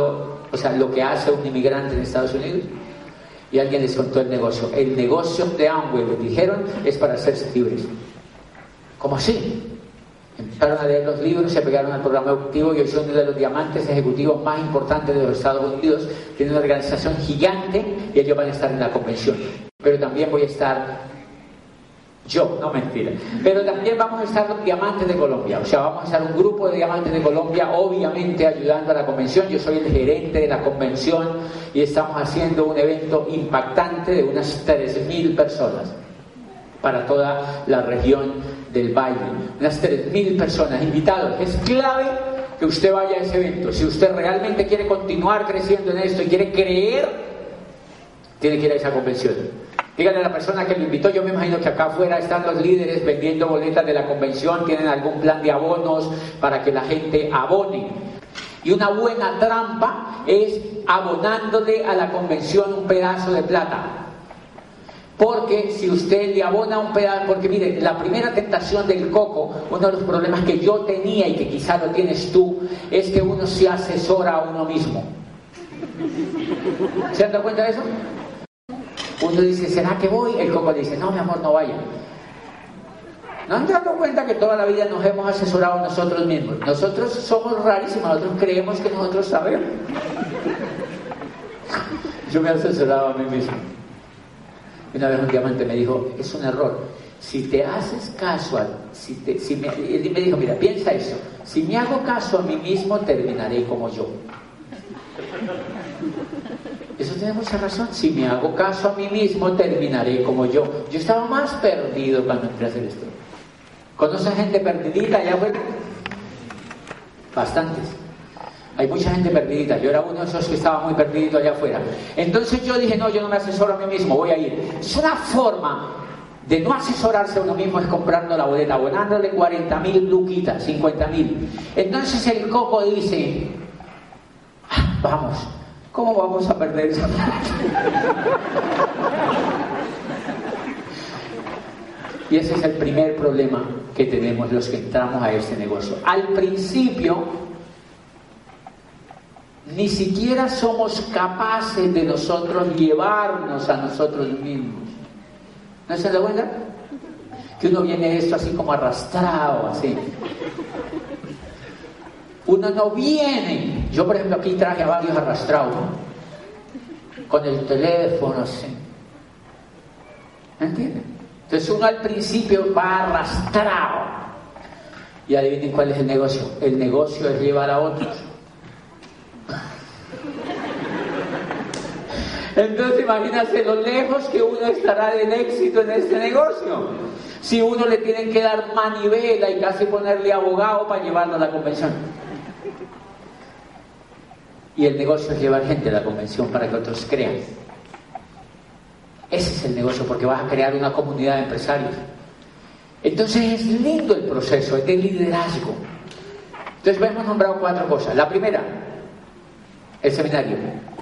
o sea, lo que hace un inmigrante en Estados Unidos, y alguien les contó el negocio. El negocio de Amway, les dijeron, es para hacerse libres. ¿Cómo así? Empezaron a leer los libros, se pegaron al programa ejecutivo y hoy son uno de los diamantes ejecutivos más importantes de los Estados Unidos. Tienen una organización gigante y ellos van a estar en la convención. Pero también voy a estar yo, no mentira. Pero también vamos a estar los diamantes de Colombia. O sea, vamos a estar un grupo de diamantes de Colombia, obviamente ayudando a la convención. Yo soy el gerente de la convención y estamos haciendo un evento impactante de unas 3.000 personas para toda la región del Valle. Unas 3.000 personas invitados. Es clave que usted vaya a ese evento. Si usted realmente quiere continuar creciendo en esto y quiere creer, tiene que ir a esa convención. Díganle a la persona que lo invitó, yo me imagino que acá afuera están los líderes vendiendo boletas de la convención, tienen algún plan de abonos para que la gente abone. Y una buena trampa es abonándole a la convención un pedazo de plata. Porque si usted le abona un pedazo, porque mire, la primera tentación del coco, uno de los problemas que yo tenía y que quizá lo tienes tú, es que uno se asesora a uno mismo. ¿Se han dado cuenta de eso? Uno dice, ¿será que voy? El coco dice, no, mi amor, no vaya. ¿No han dado cuenta que toda la vida nos hemos asesorado nosotros mismos? Nosotros somos rarísimos, nosotros creemos que nosotros sabemos. Yo me he asesorado a mí mismo. Una vez un diamante me dijo, es un error. Si te haces caso él me dijo, mira, piensa eso. Si me hago caso a mí mismo, terminaré como yo. Eso tiene mucha razón. Si me hago caso a mí mismo, terminaré como yo. Yo estaba más perdido cuando entré a hacer esto. ¿Conoce gente perdidita allá afuera? Bastantes. Hay mucha gente perdidita. Yo era uno de esos que estaba muy perdidito allá afuera. Entonces yo dije, no, yo no me asesoro a mí mismo, voy a ir. Es una forma de no asesorarse a uno mismo, es comprando la boleta, abonándole 40.000 luquitas, 50.000. Entonces el coco dice, vamos, ¿cómo vamos a perder esa plata? Y ese es el primer problema que tenemos los que entramos a este negocio. Al principio, ni siquiera somos capaces de nosotros llevarnos a nosotros mismos. ¿No se da cuenta? Que uno viene esto así como arrastrado, así. Uno no viene. Yo, por ejemplo, aquí traje a varios arrastrados, ¿no? Con el teléfono, así. ¿Me entienden? Entonces uno al principio va arrastrado. Y adivinen cuál es el negocio. El negocio es llevar a otros. Entonces imagínate lo lejos que uno estará del éxito en este negocio. Si uno le tienen que dar manivela y casi ponerle abogado para llevarlo a la convención. Y el negocio es llevar gente a la convención para que otros crean. Ese es el negocio, porque vas a crear una comunidad de empresarios. Entonces es lindo el proceso, es de liderazgo. Entonces hemos nombrado 4 cosas. La primera, el seminario.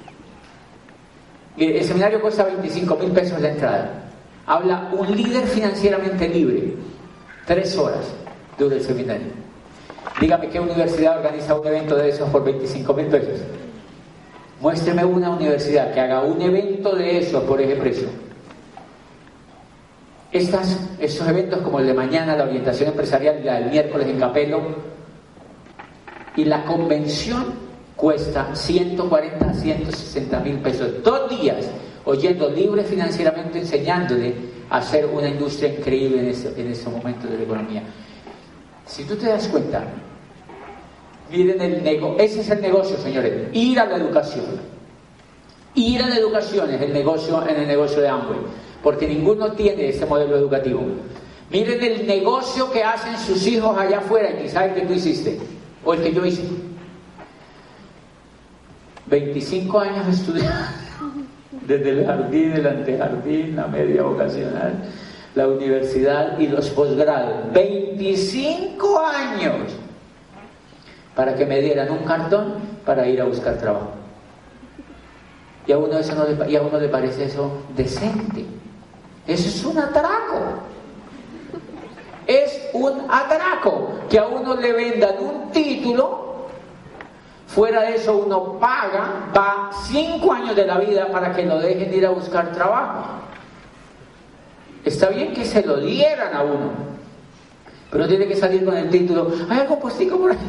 El seminario cuesta 25.000 pesos la entrada. Habla un líder financieramente libre. 3 horas dura el seminario. Dígame, ¿qué universidad organiza un evento de esos por 25.000 pesos? Muéstreme una universidad que haga un evento de esos por ese precio. Estos eventos como el de mañana, la orientación empresarial, la del miércoles en Capelo, y la convención cuesta 140 a 160.000 pesos. 2 días oyendo libres financieramente, enseñándole a hacer una industria increíble en ese momento de la economía. Si tú te das cuenta, miren ese es el negocio, señores. Ir a la educación. Ir a la educación es el negocio en el negocio de Amway, porque ninguno tiene ese modelo educativo. Miren el negocio que hacen sus hijos allá afuera, y quizás el que tú hiciste, o el que yo hice. 25 años estudiando, desde el jardín, el antejardín, la media vocacional, la universidad y los posgrados. 25 años para que me dieran un cartón para ir a buscar trabajo. Y a uno, a uno le parece eso decente. Eso es un atraco. Es un atraco que a uno le vendan un título Fuera de eso uno paga, va 5 años de la vida para que lo dejen ir a buscar trabajo. Está bien que se lo dieran a uno, pero no tiene que salir con el título, ¿hay algo puestico por ahí?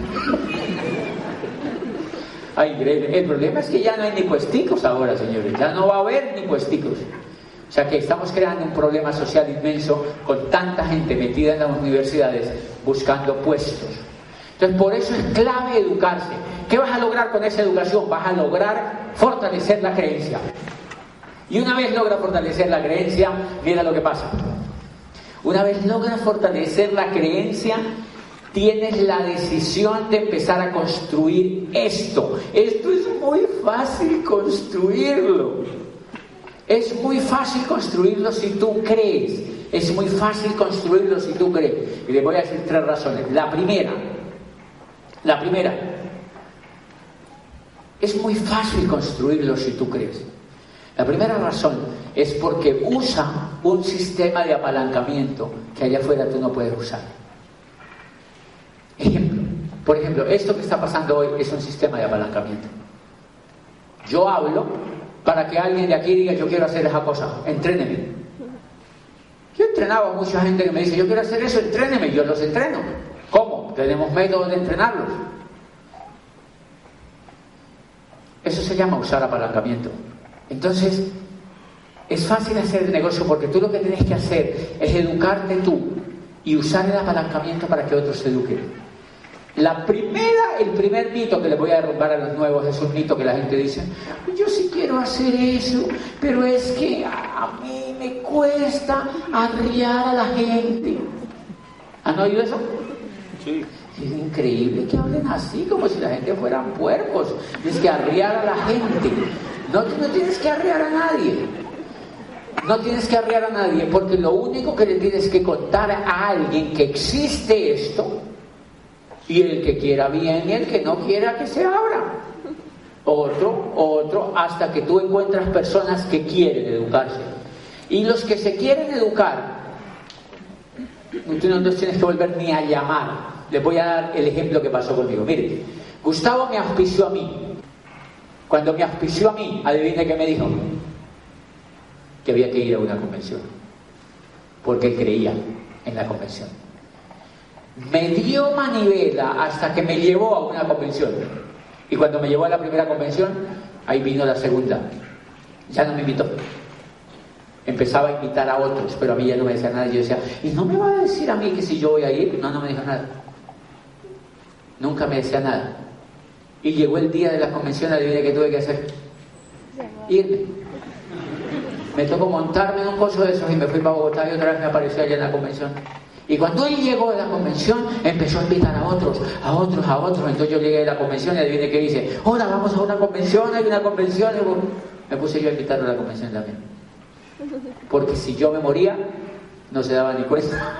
Ay, el problema es que ya no hay ni puesticos ahora, señores, ya no va a haber ni puesticos. O sea que estamos creando un problema social inmenso con tanta gente metida en las universidades buscando puestos. Entonces, por eso es clave educarse. ¿Qué vas a lograr con esa educación? Vas a lograr fortalecer la creencia. Y una vez logras fortalecer la creencia, mira lo que pasa. Una vez logras fortalecer la creencia, tienes la decisión de empezar a construir esto. Esto es muy fácil construirlo. Es muy fácil construirlo si tú crees. Es muy fácil construirlo si tú crees. Y les voy a decir 3 razones. La primera, es muy fácil construirlo si tú crees. La primera razón es porque usa un sistema de apalancamiento que allá afuera tú no puedes usar. Por ejemplo, esto que está pasando hoy es un sistema de apalancamiento. Yo hablo para que alguien de aquí diga, yo quiero hacer esa cosa, entréneme. Yo entrenaba a mucha gente que me dice, yo quiero hacer eso, entréneme, yo los entreno. ¿Cómo? Tenemos métodos de entrenarlos. Eso se llama usar apalancamiento. Entonces, es fácil hacer el negocio porque tú lo que tienes que hacer es educarte tú y usar el apalancamiento para que otros se eduquen. El primer mito que les voy a derrumbar a los nuevos es un mito que la gente dice, yo sí quiero hacer eso, pero es que a mí me cuesta arriar a la gente. ¿Han oído eso? Sí. Es increíble que hablen así, como si la gente fueran puercos. Tienes que arriar a la gente. No tienes que arriar a nadie. No tienes que arriar a nadie, porque lo único que le tienes que contar a alguien que existe esto, y el que quiera bien y el que no quiera que se abra. Otro, hasta que tú encuentras personas que quieren educarse. Y los que se quieren educar, tú no los tienes que volver ni a llamar. Les voy a dar el ejemplo que pasó conmigo. Mire, Gustavo me auspició a mí. Cuando me auspició a mí, adivine qué me dijo. Que había que ir a una convención. Porque creía en la convención. Me dio manivela hasta que me llevó a una convención. Y cuando me llevó a la primera convención, ahí vino la segunda. Ya no me invitó. Empezaba a invitar a otros, pero a mí ya no me decía nada. Yo decía, ¿y no me va a decir a mí que si yo voy a ir? No me dijo nada. Nunca me decía nada. Y llegó el día de la convención, adivine qué tuve que hacer. Irme. Me tocó montarme en un coso de esos y me fui para Bogotá y otra vez me apareció allá en la convención. Y cuando él llegó de la convención, empezó a invitar a otros. Entonces yo llegué de la convención y adivine qué dice. Ahora vamos a una convención, hay una convención. Y me puse yo a invitarlo a la convención también. Porque si yo me moría, no se daba ni cuenta.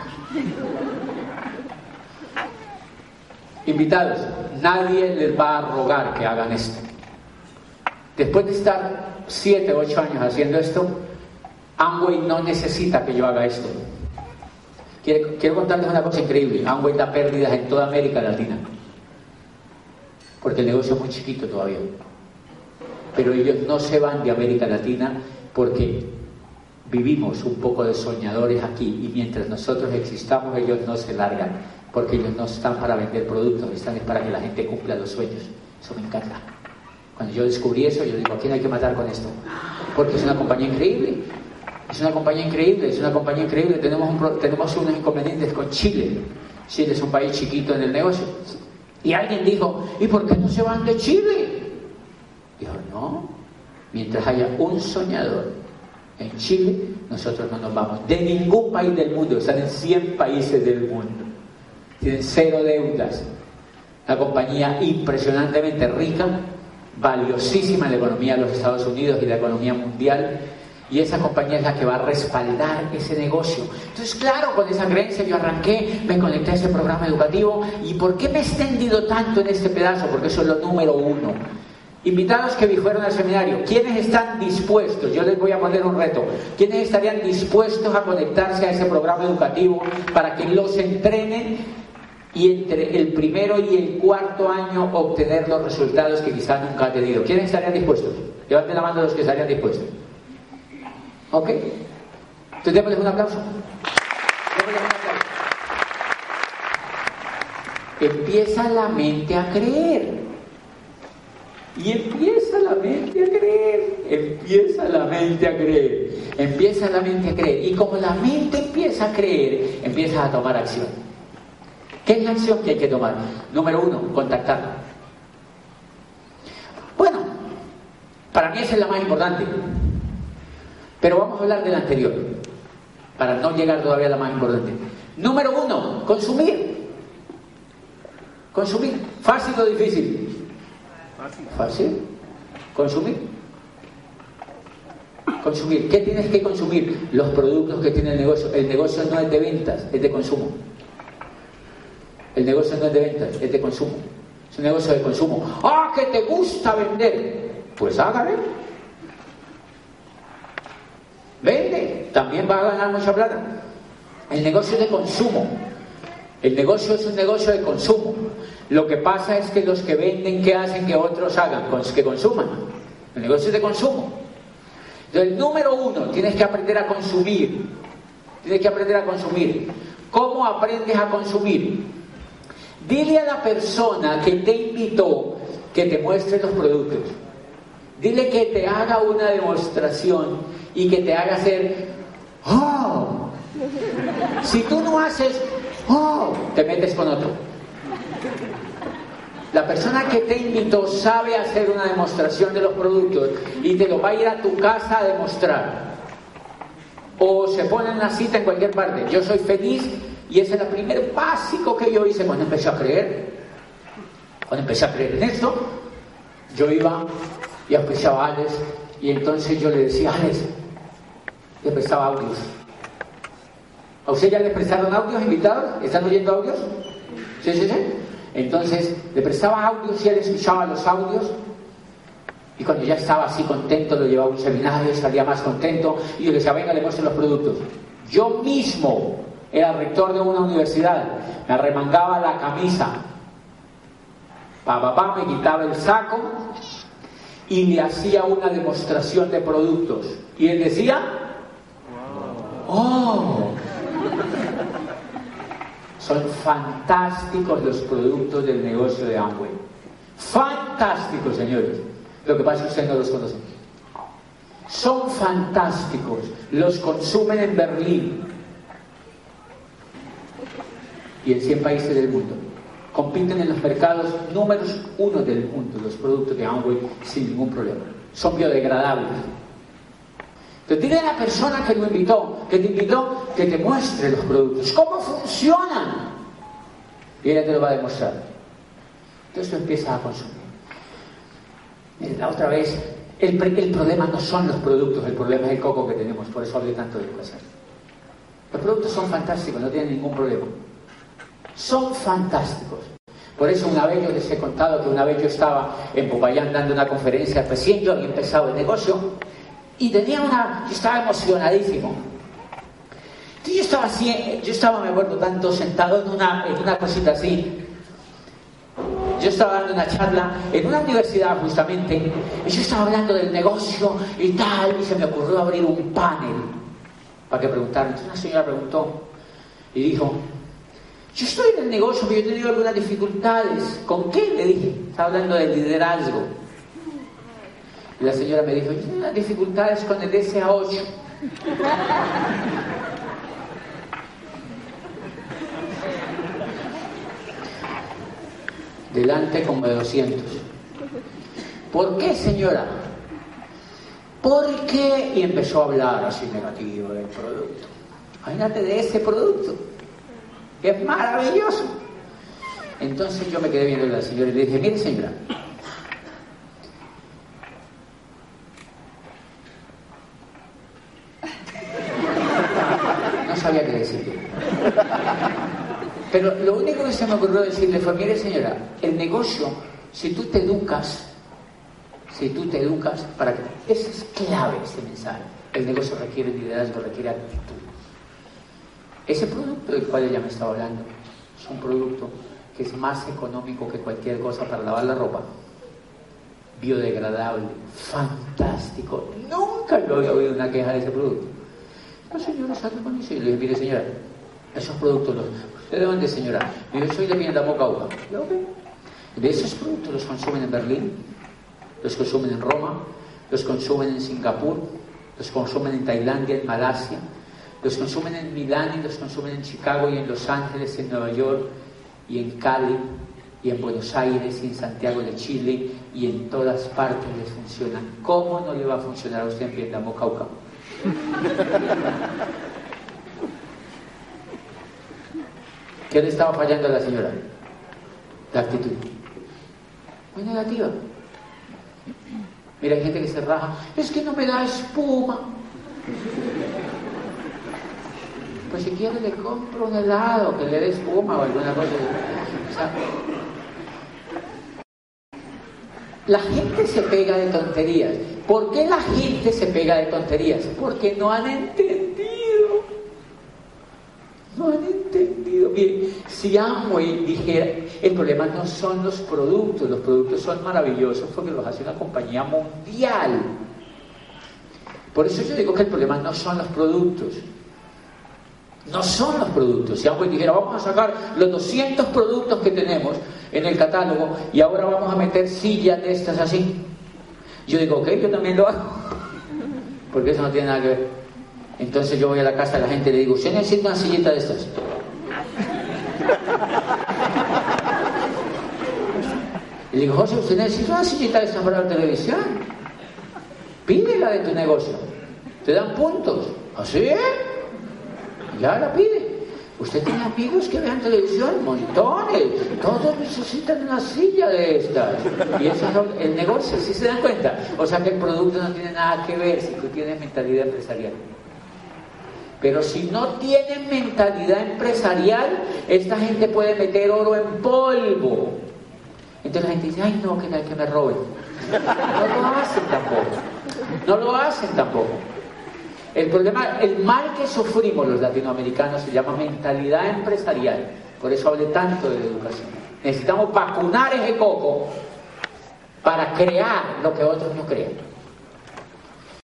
Invitados, nadie les va a rogar que hagan esto. Después de estar 7 o 8 años haciendo esto, Amway no necesita que yo haga esto. Quiero contarles una cosa increíble. Amway da pérdidas en toda América Latina. Porque el negocio es muy chiquito todavía. Pero ellos no se van de América Latina porque vivimos un poco de soñadores aquí. Y mientras nosotros existamos, ellos no se largan. Porque ellos no están para vender productos, están para que la gente cumpla los sueños. Eso me encanta. Cuando yo descubrí eso, yo digo, ¿a quién hay que matar con esto? Porque es una compañía increíble. Es una compañía increíble. Tenemos unos inconvenientes con Chile. Chile es un país chiquito en el negocio. Y alguien dijo, ¿y por qué no se van de Chile? Dijo, no. Mientras haya un soñador en Chile, nosotros no nos vamos. De ningún país del mundo. Están en 100 países del mundo. Tienen 0 deudas. Una compañía impresionantemente rica, valiosísima en la economía de los Estados Unidos y la economía mundial. Y esa compañía es la que va a respaldar ese negocio. Entonces, claro, con esa creencia yo arranqué, me conecté a ese programa educativo. ¿Y por qué me he extendido tanto en este pedazo? Porque eso es lo número 1. Invitados que fueron al seminario, ¿quiénes están dispuestos? Yo les voy a poner un reto. ¿Quiénes estarían dispuestos a conectarse a ese programa educativo para que los entrenen y entre el primero y el cuarto año obtener los resultados que quizás nunca ha tenido. ¿Quiénes estarían dispuestos? Levanten la mano los que estarían dispuestos. ¿Ok? Entonces démosles un aplauso. Démosles un aplauso. Empieza la mente a creer. Y empieza la mente a creer. Empieza la mente a creer. Empieza la mente a creer. Y como la mente empieza a creer, empiezas a tomar acción. ¿Qué es la acción que hay que tomar? Número 1, contactarla. Bueno, para mí esa es la más importante. Pero vamos a hablar de la anterior, para no llegar todavía a la más importante. Número 1, consumir. Consumir. ¿Fácil o difícil? Fácil. Consumir. Consumir. ¿Qué tienes que consumir? Los productos que tiene el negocio. El negocio no es de ventas, es de consumo. El negocio no es de ventas, es de consumo. Es un negocio de consumo. ¡Ah, que te gusta vender! Pues hágale. Vende, también vas a ganar mucha plata. El negocio es de consumo. El negocio es un negocio de consumo. Lo que pasa es que los que venden, ¿qué hacen que otros hagan? Que consuman. El negocio es de consumo. Entonces, número 1, tienes que aprender a consumir. Tienes que aprender a consumir. ¿Cómo aprendes a consumir? Dile a la persona que te invitó que te muestre los productos. Dile que te haga una demostración y que te haga hacer ¡oh! Si tú no haces ¡oh!, te metes con otro. La persona que te invitó sabe hacer una demostración de los productos y te lo va a ir a tu casa a demostrar. O se pone en la cita en cualquier parte. Yo soy feliz y ese es el primer básico que yo hice cuando empecé a creer. Cuando empecé a creer en esto, yo iba y apreciaba a Alex y entonces yo le decía: Alex, le prestaba audios. ¿A usted ya le prestaron audios, invitados? ¿Están oyendo audios? Sí. Entonces le prestaba audios y él escuchaba los audios y cuando ya estaba así contento lo llevaba a un seminario y salía más contento y yo le decía: venga, le muestro los productos. Yo mismo era rector de una universidad, me arremangaba la camisa, papá me quitaba el saco y le hacía una demostración de productos y él decía: ¡oh! Son fantásticos los productos del negocio de Amway. Fantásticos, señores. Lo que pasa es que ustedes no los conocen. Son fantásticos. Los consumen en Berlín y en 100 países del mundo. Compiten en los mercados números 1 del mundo los productos de Amway sin ningún problema. Son biodegradables. Entonces dile a la persona que lo invitó, que te invitó, que te muestre los productos, cómo funcionan. Y ella te lo va a demostrar. Entonces tú empiezas a consumir. La otra vez, el problema no son los productos, el problema es el coco que tenemos, por eso hablé tanto de educación. Los productos son fantásticos, no tienen ningún problema. Son fantásticos. Por eso una vez yo les he contado que una vez yo estaba en Popayán dando una conferencia, recién yo había empezado el negocio, y yo estaba emocionadísimo. Entonces yo estaba, me acuerdo tanto, sentado en una cosita así. Yo estaba dando una charla en una universidad justamente, y yo estaba hablando del negocio y tal, y se me ocurrió abrir un panel para que preguntaran. Entonces una señora preguntó y dijo: yo estoy en el negocio, pero yo he tenido algunas dificultades. ¿Con qué? Le dije. Estaba hablando del liderazgo. Y la señora me dijo: yo tengo unas dificultades con el SA8. Delante como de 200. ¿Por qué, señora? Porque... Y empezó a hablar así negativo del producto. Imagínate de ese producto. Es maravilloso. Entonces yo me quedé viendo a la señora y le dije: mire, señora, no sabía qué decirle, pero lo único que se me ocurrió decirle fue: mire, señora, el negocio, si tú te educas para que... Ese es clave, este mensaje. El negocio requiere liderazgo, requiere actitud. Ese producto del cual ella me estaba hablando Es un producto que es más económico que cualquier cosa para lavar la ropa. Biodegradable, fantástico. Nunca yo había oído una queja de ese producto. La señora salió con eso y le dije, mire señora, esos productos, ¿usted de dónde es, señora? Yo soy de Pindamonhangaba. De esos productos los consumen en Berlín, los consumen en Roma, los consumen en Singapur, los consumen en Tailandia, en Malasia, los consumen en Milán y los consumen en Chicago y en Los Ángeles, en Nueva York y en Cali y en Buenos Aires y en Santiago de Chile y en todas partes les funciona. ¿Cómo no le va a funcionar a usted en Pindamonhangaba? ¿Qué le estaba fallando a la señora? La actitud muy negativa. Mira, hay gente que se raja, es que no me da espuma. Pues si quiere le compro un helado que le dé espuma o alguna cosa. O sea, la gente se pega de tonterías. ¿Por qué la gente se pega de tonterías? Porque no han entendido. No han entendido. Bien, si Amway dijera, el problema no son los productos son maravillosos porque los hace una compañía mundial. Por eso yo digo que el problema no son los productos. No son los productos. Si Amway dijera, vamos a sacar los 200 productos que tenemos en el catálogo y ahora vamos a meter sillas de estas así. Yo digo, ok, yo también lo hago. Porque eso no tiene nada que ver. Entonces yo voy a la casa de la gente y le digo, ¿usted necesita una sillita de estas? Y le digo, José, ¿usted necesita una sillita de estas para la televisión? Pídela de tu negocio. Te dan puntos. ¿Así? Ya la pide. Usted tiene amigos que vean televisión, montones. Todos necesitan una silla de estas. Y eso es el negocio, ¿sí se dan cuenta? O sea que el producto no tiene nada que ver si tú tienes mentalidad empresarial. Pero si no tienen mentalidad empresarial, esta gente puede meter oro en polvo. Entonces la gente dice, ay no, que tal que me roben. No lo hacen tampoco. El problema, el mal que sufrimos los latinoamericanos se llama mentalidad empresarial. Por eso hablé tanto de la educación. Necesitamos vacunar ese coco para crear lo que otros no crean.